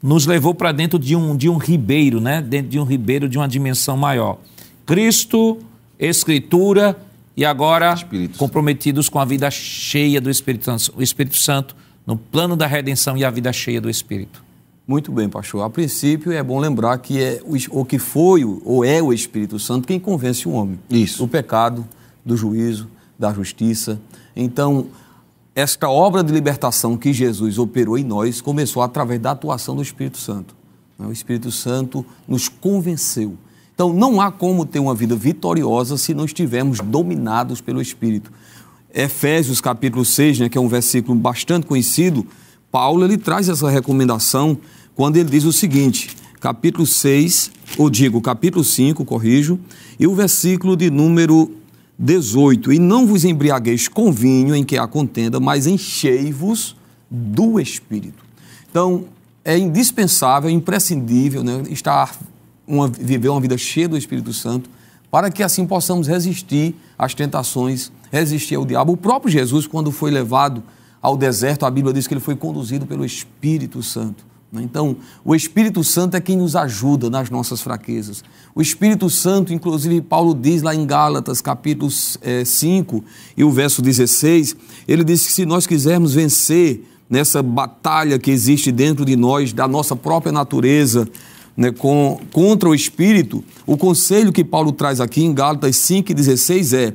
nos levou para dentro de um, de um ribeiro, né? Dentro de um ribeiro de uma dimensão maior. Cristo, Escritura e agora Espírito. comprometidos com a vida cheia do Espírito Santo. O Espírito Santo no plano da redenção e a vida cheia do Espírito. Muito bem, pastor. A princípio, é bom lembrar que é o, o que foi ou é o Espírito Santo quem convence o homem. Isso. Do pecado, do juízo, da justiça. Então, esta obra de libertação que Jesus operou em nós começou através da atuação do Espírito Santo. O Espírito Santo nos convenceu. Então, não há como ter uma vida vitoriosa se não estivermos dominados pelo Espírito. Efésios capítulo seis, né, que é um versículo bastante conhecido, Paulo ele traz essa recomendação quando ele diz o seguinte, capítulo seis, ou digo, capítulo cinco, corrijo, e o versículo de número dezoito, e não vos embriagueis com vinho em que há contenda, mas enchei-vos do Espírito. Então, é indispensável, imprescindível, né, estar uma, viver uma vida cheia do Espírito Santo, para que assim possamos resistir às tentações, resistir ao diabo. O próprio Jesus, quando foi levado ao deserto, a Bíblia diz que ele foi conduzido pelo Espírito Santo. Então, o Espírito Santo é quem nos ajuda nas nossas fraquezas. O Espírito Santo, inclusive, Paulo diz lá em Gálatas, capítulo cinco, e o verso dezesseis, ele diz que se nós quisermos vencer nessa batalha que existe dentro de nós, da nossa própria natureza, né, com, contra o Espírito, o conselho que Paulo traz aqui em Gálatas cinco e dezesseis é: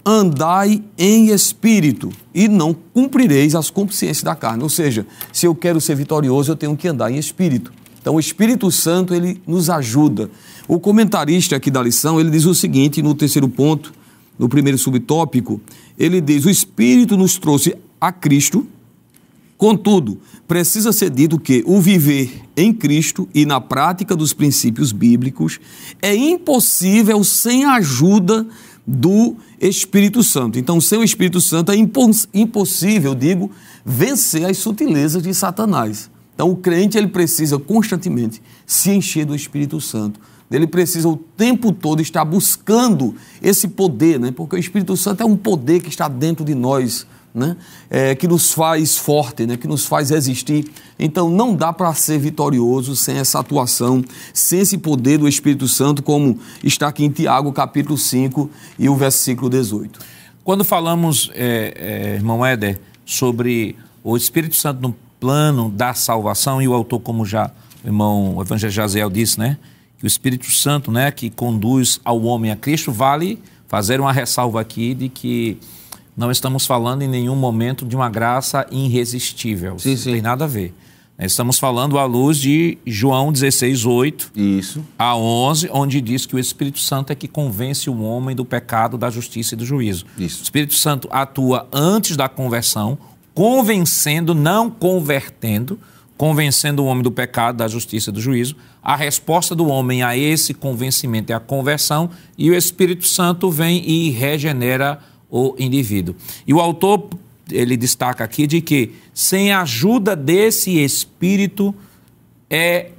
andai em espírito e não cumprireis as consciências da carne. Ou seja, se eu quero ser vitorioso, eu tenho que andar em espírito. Então, o Espírito Santo, ele nos ajuda. O comentarista aqui da lição, ele diz o seguinte, no terceiro ponto, no primeiro subtópico, ele diz: o Espírito nos trouxe a Cristo, contudo, precisa ser dito que o viver em Cristo e na prática dos princípios bíblicos é impossível sem a ajuda do Espírito Santo. Então, sem o Espírito Santo é impos- impossível, digo, vencer as sutilezas de Satanás. Então, o crente ele precisa constantemente se encher do Espírito Santo. Ele precisa o tempo todo estar buscando esse poder, né? Porque o Espírito Santo é um poder que está dentro de nós, né? É, que nos faz forte, né? Que nos faz resistir. Então, não dá para ser vitorioso sem essa atuação, sem esse poder do Espírito Santo, como está aqui em Tiago, capítulo cinco e o versículo dezoito. Quando falamos, é, é, irmão Éder, sobre o Espírito Santo no plano da salvação, e o autor, como já o irmão o evangelho Jaziel disse, né? Que o Espírito Santo, né, que conduz ao homem a Cristo, vale fazer uma ressalva aqui de que não estamos falando em nenhum momento de uma graça irresistível. Sim, sim. Não tem nada a ver. Estamos falando à luz de João dezesseis, oito Isso. a onze, onde diz que o Espírito Santo é que convence o homem do pecado, da justiça e do juízo. Isso. O Espírito Santo atua antes da conversão, convencendo, não convertendo, convencendo o homem do pecado, da justiça e do juízo. A resposta do homem a esse convencimento é a conversão, e o Espírito Santo vem e regenera o indivíduo. E o autor, ele destaca aqui de que sem a ajuda desse Espírito é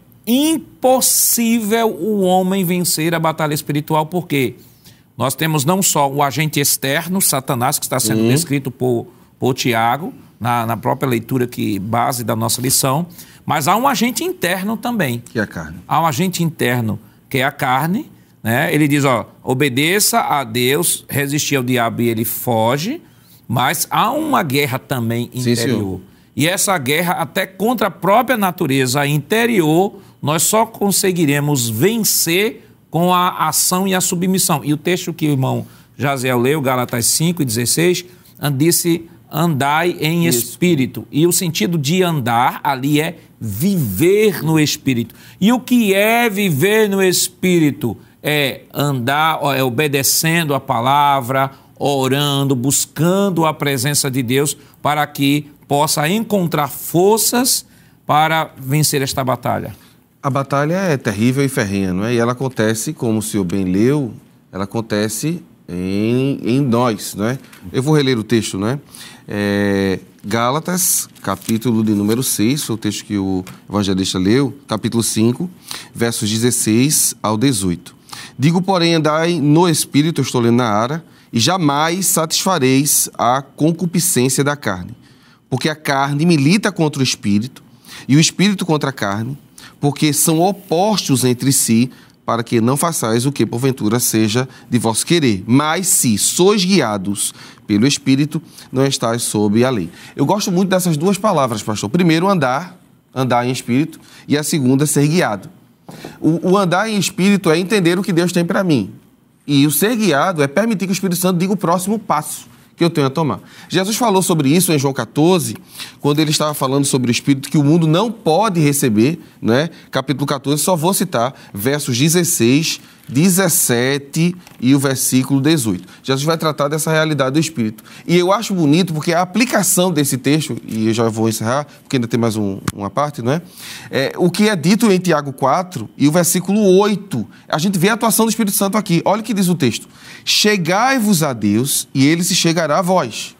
impossível o homem vencer a batalha espiritual, porque nós temos não só o agente externo, Satanás, que está sendo uhum. descrito por, por Tiago, na, na própria leitura que base da nossa lição, mas há um agente interno também. Que é a carne. Há um agente interno, que é a carne, né? Ele diz, ó, obedeça a Deus, resistir ao diabo e ele foge, mas há uma guerra também interior. Sim, e essa guerra, até contra a própria natureza interior, nós só conseguiremos vencer com a ação e a submissão. E o texto que o irmão Jaziel leu, Gálatas cinco e dezesseis, disse: andai em espírito. E o sentido de andar ali é viver no espírito. E o que é viver no espírito? É andar, é obedecendo a palavra, orando, buscando a presença de Deus para que possa encontrar forças para vencer esta batalha. A batalha é terrível e ferrenha, não é? E ela acontece, como o senhor bem leu, ela acontece em, em nós, não é? Eu vou reler o texto, não é? É, Gálatas, capítulo de número seis, foi o texto que o evangelista leu, capítulo cinco, versos dezesseis ao dezoito. Digo, porém, andai no Espírito, eu estou lendo na Ara, e jamais satisfareis a concupiscência da carne. Porque a carne milita contra o Espírito, e o Espírito contra a carne, porque são opostos entre si, para que não façais o que porventura seja de vosso querer. Mas se sois guiados pelo Espírito, não estáis sob a lei. Eu gosto muito dessas duas palavras, pastor. Primeiro, andar, andar em Espírito, e a segunda, ser guiado. O, o andar em Espírito é entender o que Deus tem para mim. E o ser guiado é permitir que o Espírito Santo diga o próximo passo que eu tenho a tomar. Jesus falou sobre isso em João catorze, quando ele estava falando sobre o Espírito que o mundo não pode receber, né? Capítulo catorze, só vou citar versos dezesseis, dezessete e o versículo dezoito. Jesus vai tratar dessa realidade do Espírito. E eu acho bonito porque a aplicação desse texto, e eu já vou encerrar, porque ainda tem mais um, uma parte, não é? É? O que é dito em Tiago quatro e o versículo oito, a gente vê a atuação do Espírito Santo aqui. Olha o que diz o texto. Chegai-vos a Deus e ele se chegará a vós.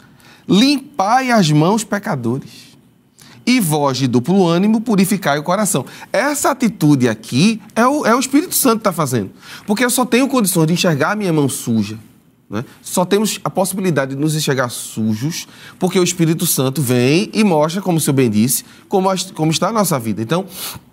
Limpai as mãos, pecadores. E vós de duplo ânimo purificai o coração. Essa atitude aqui é o, é o Espírito Santo que está fazendo. Porque eu só tenho condições de enxergar a minha mão suja, né? Só temos a possibilidade de nos enxergar sujos, porque o Espírito Santo vem e mostra, como o senhor bem disse, como, como está a nossa vida. Então,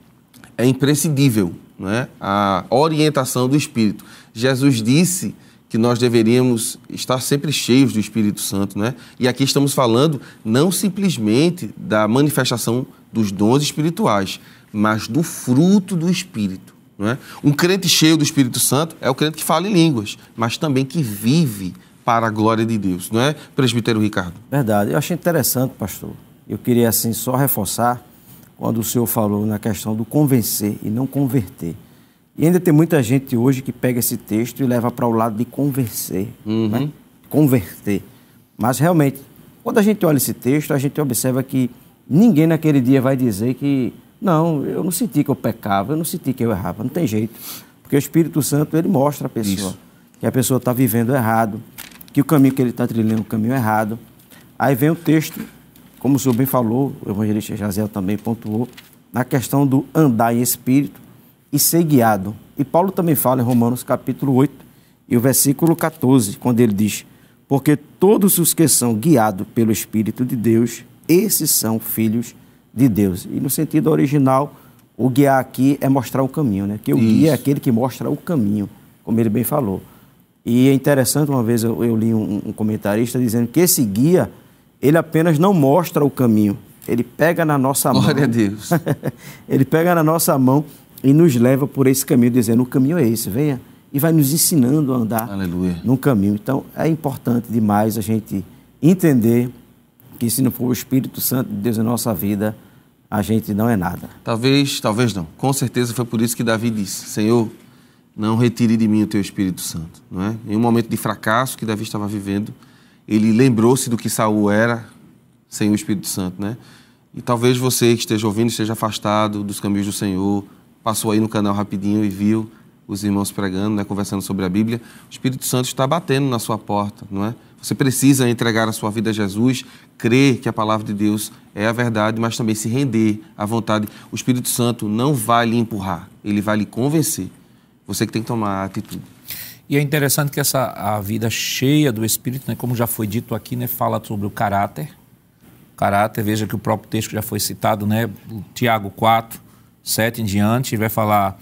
é imprescindível, né, a orientação do Espírito. Jesus disse que nós deveríamos estar sempre cheios do Espírito Santo, né? E aqui estamos falando não simplesmente da manifestação dos dons espirituais, mas do fruto do Espírito, não é? Um crente cheio do Espírito Santo é o crente que fala em línguas, mas também que vive para a glória de Deus, não é, presbítero Ricardo? Verdade. Eu achei interessante, pastor. Eu queria, assim, só reforçar quando o senhor falou na questão do convencer e não converter. E ainda tem muita gente hoje que pega esse texto e leva para o lado de convencer, uhum. né? Converter. Mas, realmente, quando a gente olha esse texto, a gente observa que ninguém naquele dia vai dizer que não, eu não senti que eu pecava, eu não senti que eu errava, não tem jeito. Porque o Espírito Santo, ele mostra a pessoa Isso. que a pessoa está vivendo errado, que o caminho que ele está trilhando é o caminho errado. Aí vem o texto, como o senhor bem falou, o evangelista Jaziel também pontuou, na questão do andar em Espírito e ser guiado. E Paulo também fala em Romanos capítulo oito e o versículo catorze, quando ele diz: porque todos os que são guiados pelo Espírito de Deus, esses são filhos de Deus. E no sentido original, o guiar aqui é mostrar o caminho, né? Que o Isso. guia é aquele que mostra o caminho, como ele bem falou. E é interessante, uma vez eu, eu li um, um comentarista dizendo que esse guia, ele apenas não mostra o caminho, ele pega na nossa mão. Glória a Deus. Ele pega na nossa mão e nos leva por esse caminho, dizendo: o caminho é esse, venha. E vai nos ensinando a andar Aleluia. no caminho. Então, é importante demais a gente entender que se não for o Espírito Santo de Deus na nossa vida, a gente não é nada. Talvez, talvez não. Com certeza foi por isso que Davi disse: Senhor, não retire de mim o teu Espírito Santo. Não é? Em um momento de fracasso que Davi estava vivendo, ele lembrou-se do que Saul era sem o Espírito Santo, né? E talvez você que esteja ouvindo esteja afastado dos caminhos do Senhor, passou aí no canal rapidinho e viu os irmãos pregando, né, conversando sobre a Bíblia. O Espírito Santo está batendo na sua porta, não é? Você precisa entregar a sua vida a Jesus, crer que a palavra de Deus é a verdade, mas também se render à vontade. O Espírito Santo não vai lhe empurrar, ele vai lhe convencer. Você que tem que tomar a atitude. E é interessante que essa a vida cheia do Espírito, né, como já foi dito aqui, né, fala sobre o caráter. Caráter, veja que o próprio texto já foi citado, né, Tiago quatro, sete em diante, vai falar,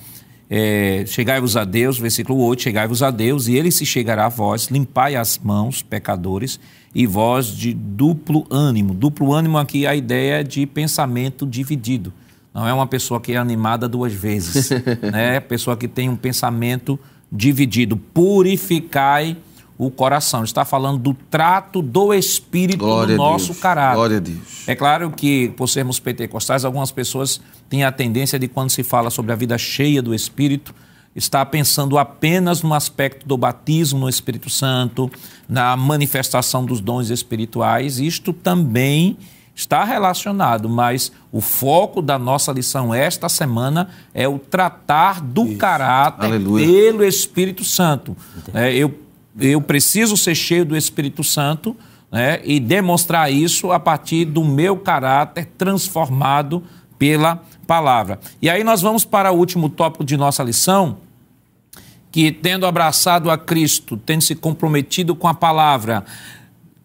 é, chegai-vos a Deus, versículo oito, chegai-vos a Deus e ele se chegará a vós, limpai as mãos, pecadores, e vós de duplo ânimo. Duplo ânimo aqui é a ideia de pensamento dividido. Não é uma pessoa que é animada duas vezes, né? É pessoa que tem um pensamento dividido. Purificai o coração. Está falando do trato do Espírito Glória no nosso Deus. caráter. Glória a Deus. É claro que, por sermos pentecostais, algumas pessoas têm a tendência de, quando se fala sobre a vida cheia do Espírito, estar pensando apenas no aspecto do batismo no Espírito Santo, na manifestação dos dons espirituais. Isto também está relacionado, mas o foco da nossa lição esta semana é o tratar do Isso. caráter Aleluia. Pelo Espírito Santo. É, eu, eu preciso ser cheio do Espírito Santo, né, e demonstrar isso a partir do meu caráter transformado pela palavra. E aí nós vamos para o último tópico de nossa lição, que tendo abraçado a Cristo, tendo se comprometido com a palavra,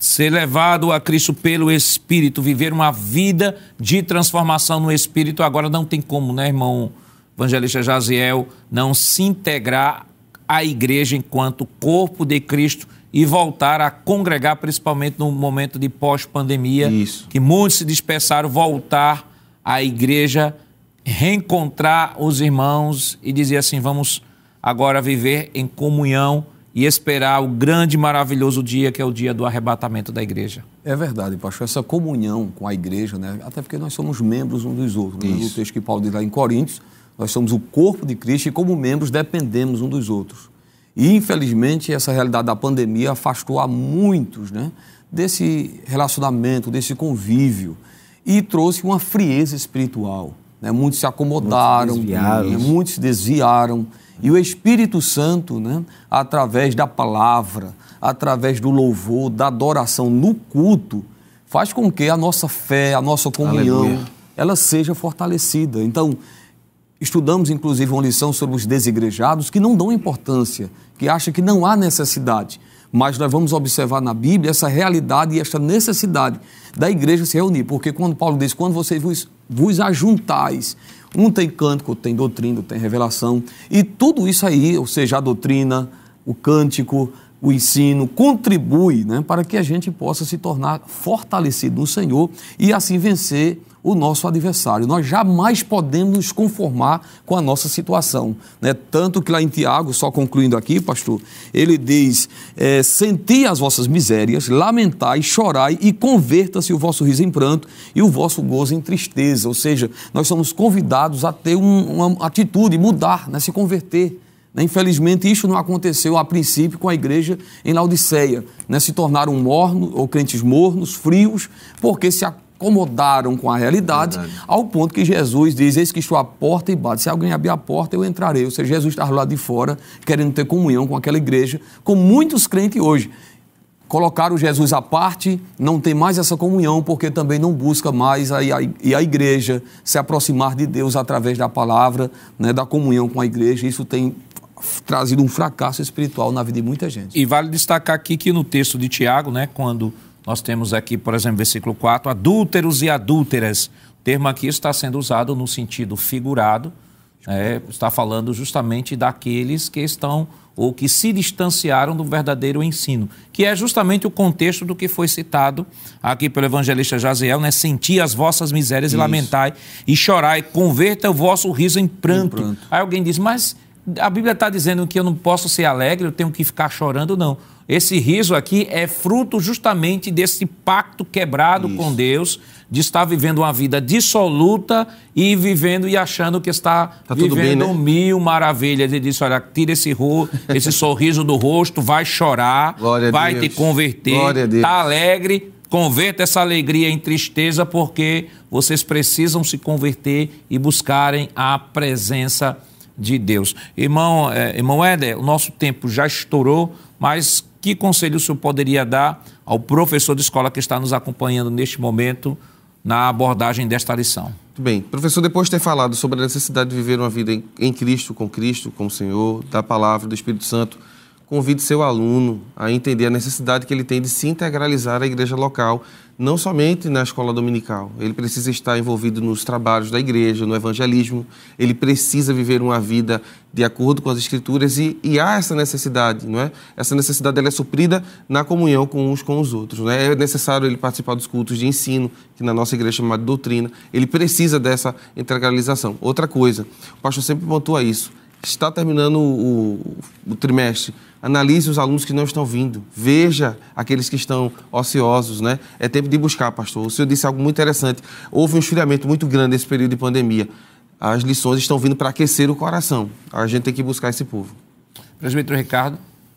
ser levado a Cristo pelo Espírito, viver uma vida de transformação no Espírito, agora não tem como, né, irmão evangelista Jaziel, não se integrar à igreja enquanto corpo de Cristo e voltar a congregar, principalmente no momento de pós-pandemia, Isso. que muitos se dispersaram, voltar à igreja, reencontrar os irmãos e dizer assim, vamos agora viver em comunhão e esperar o grande e maravilhoso dia, que é o dia do arrebatamento da igreja. É verdade, pastor, essa comunhão com a igreja, né? Até porque nós somos membros uns dos outros. Né? O texto que Paulo diz lá em Coríntios, nós somos o corpo de Cristo e como membros dependemos uns dos outros. E infelizmente essa realidade da pandemia afastou a muitos, né? Desse relacionamento, desse convívio e trouxe uma frieza espiritual. Né? Muitos se acomodaram, muitos desviaram, né? Muitos se desviaram. E o Espírito Santo, né, através da palavra, através do louvor, da adoração no culto, faz com que a nossa fé, a nossa comunhão, Aleluia. Ela seja fortalecida. Então, estudamos inclusive uma lição sobre os desigrejados que não dão importância, que acham que não há necessidade. Mas nós vamos observar na Bíblia essa realidade e essa necessidade da igreja se reunir. Porque quando Paulo diz, quando vocês vos, vos ajuntais, um tem cântico, outro tem doutrina, outro tem revelação. E tudo isso aí, ou seja, a doutrina, o cântico, o ensino, contribui, né, para que a gente possa se tornar fortalecido no Senhor e assim vencer o nosso adversário. Nós jamais podemos nos conformar com a nossa situação. Né? Tanto que lá em Tiago, só concluindo aqui, pastor, ele diz, é, senti as vossas misérias, lamentai, chorai e converta-se o vosso riso em pranto e o vosso gozo em tristeza. Ou seja, nós somos convidados a ter um, uma atitude, mudar, né? Se converter. Infelizmente, isso não aconteceu a princípio com a igreja em Laodiceia. Né? Se tornaram mornos, ou crentes mornos, frios, porque se acomodaram com a realidade, Verdade. Ao ponto que Jesus diz, eis que estou à porta e bato. Se alguém abrir a porta, eu entrarei. Ou seja, Jesus estava lá de fora, querendo ter comunhão com aquela igreja, com muitos crentes hoje. Colocaram Jesus à parte, não tem mais essa comunhão, porque também não busca mais a, a, e a igreja se aproximar de Deus através da palavra, né, da comunhão com a igreja. Isso tem trazido um fracasso espiritual na vida de muita gente. E vale destacar aqui que no texto de Tiago, né, quando nós temos aqui, por exemplo, versículo quatro, adúlteros e adúlteras. O termo aqui está sendo usado no sentido figurado, é, está falando justamente daqueles que estão ou que se distanciaram do verdadeiro ensino, que é justamente o contexto do que foi citado aqui pelo evangelista Jaziel, né? Senti as vossas misérias Isso. e lamentai, e chorai, converta o vosso riso em pranto. em pranto. Aí alguém diz, mas a Bíblia está dizendo que eu não posso ser alegre, eu tenho que ficar chorando, não. Esse riso aqui é fruto justamente desse pacto quebrado Isso. com Deus, de estar vivendo uma vida dissoluta e vivendo e achando que está tá vivendo bem, né? mil maravilhas. Ele disse, olha, tira esse, ro... esse sorriso do rosto, vai chorar, Glória vai te converter, está alegre, converta essa alegria em tristeza, porque vocês precisam se converter e buscarem a presença de Deus. Irmão, é, irmão Éder, o nosso tempo já estourou, mas que conselho o senhor poderia dar ao professor de escola que está nos acompanhando neste momento na abordagem desta lição? Muito bem. Professor, depois de ter falado sobre a necessidade de viver uma vida em, em Cristo, com Cristo, com o Senhor, da palavra, do Espírito Santo, convide seu aluno a entender a necessidade que ele tem de se integralizar à igreja local, não somente na escola dominical. Ele precisa estar envolvido nos trabalhos da igreja, no evangelismo, ele precisa viver uma vida de acordo com as Escrituras e, e há essa necessidade, não é? Essa necessidade ela é suprida na comunhão com uns com os outros, não é? É necessário ele participar dos cultos de ensino, que na nossa igreja é chamado de doutrina, ele precisa dessa integralização. Outra coisa, o pastor sempre pontua isso, está terminando o, o, o trimestre, analise os alunos que não estão vindo, veja aqueles que estão ociosos, né? É tempo de buscar, pastor. O senhor disse algo muito interessante, houve um esfriamento muito grande nesse período de pandemia. As lições estão vindo para aquecer o coração, a gente tem que buscar esse povo. Presbítero Ricardo.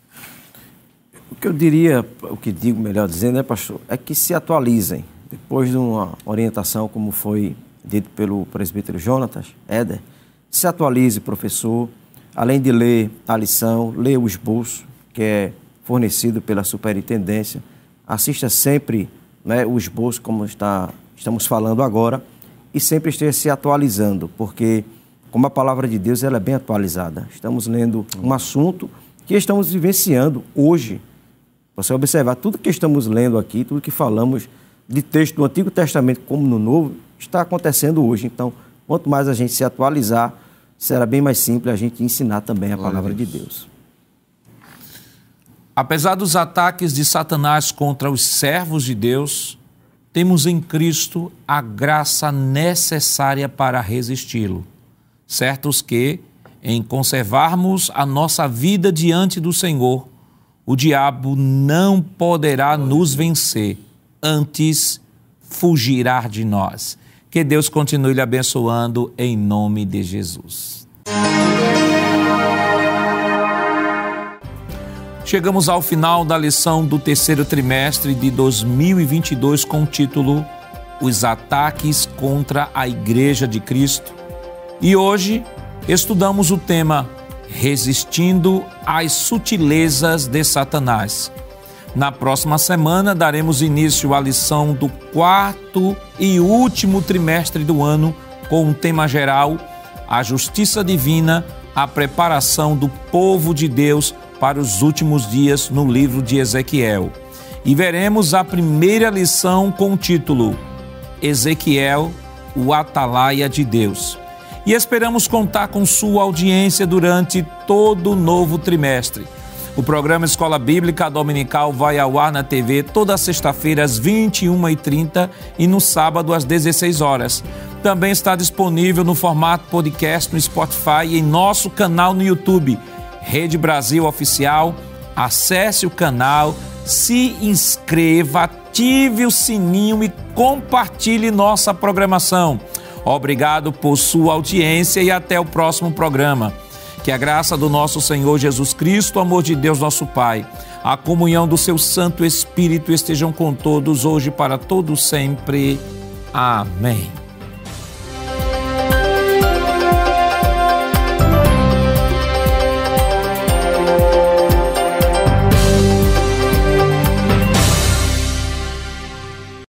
O que eu diria, o que digo melhor dizendo, né, pastor, é que se atualizem. Depois de uma orientação, como foi dito pelo presbítero Jonatas, Éder, se atualize, professor, além de ler a lição, leia o esboço, que é fornecido pela superintendência, assista sempre, né, o esboço, como está, estamos falando agora, e sempre esteja se atualizando, porque, como a palavra de Deus, ela é bem atualizada. Estamos lendo um assunto que estamos vivenciando hoje, Você observar tudo que estamos lendo aqui, tudo que falamos de texto do Antigo Testamento como no Novo, está acontecendo hoje. Então, quanto mais a gente se atualizar, será bem mais simples a gente ensinar também a palavra de Deus. Apesar dos ataques de Satanás contra os servos de Deus, temos em Cristo a graça necessária para resisti-lo. Certos que, em conservarmos a nossa vida diante do Senhor, o diabo não poderá nos vencer, antes fugirá de nós. Que Deus continue lhe abençoando em nome de Jesus. Chegamos ao final da lição do terceiro trimestre de dois mil e vinte e dois com o título Os Ataques contra a Igreja de Cristo. E hoje estudamos o tema Resistindo às Sutilezas de Satanás. Na próxima semana daremos início à lição do quarto e último trimestre do ano com o tema geral A Justiça Divina, a preparação do povo de Deus para os últimos dias no livro de Ezequiel. E veremos a primeira lição com o título Ezequiel, o Atalaia de Deus. E esperamos contar com sua audiência durante todo o novo trimestre. O programa Escola Bíblica Dominical vai ao ar na T V toda sexta-feira às vinte e uma e trinta e no sábado às dezesseis horas. Também está disponível no formato podcast no Spotify e em nosso canal no YouTube, Rede Brasil Oficial. Acesse o canal, se inscreva, ative o sininho e compartilhe nossa programação. Obrigado por sua audiência e até o próximo programa. Que a graça do nosso Senhor Jesus Cristo, o amor de Deus nosso Pai, a comunhão do seu Santo Espírito estejam com todos hoje para todo sempre. Amém.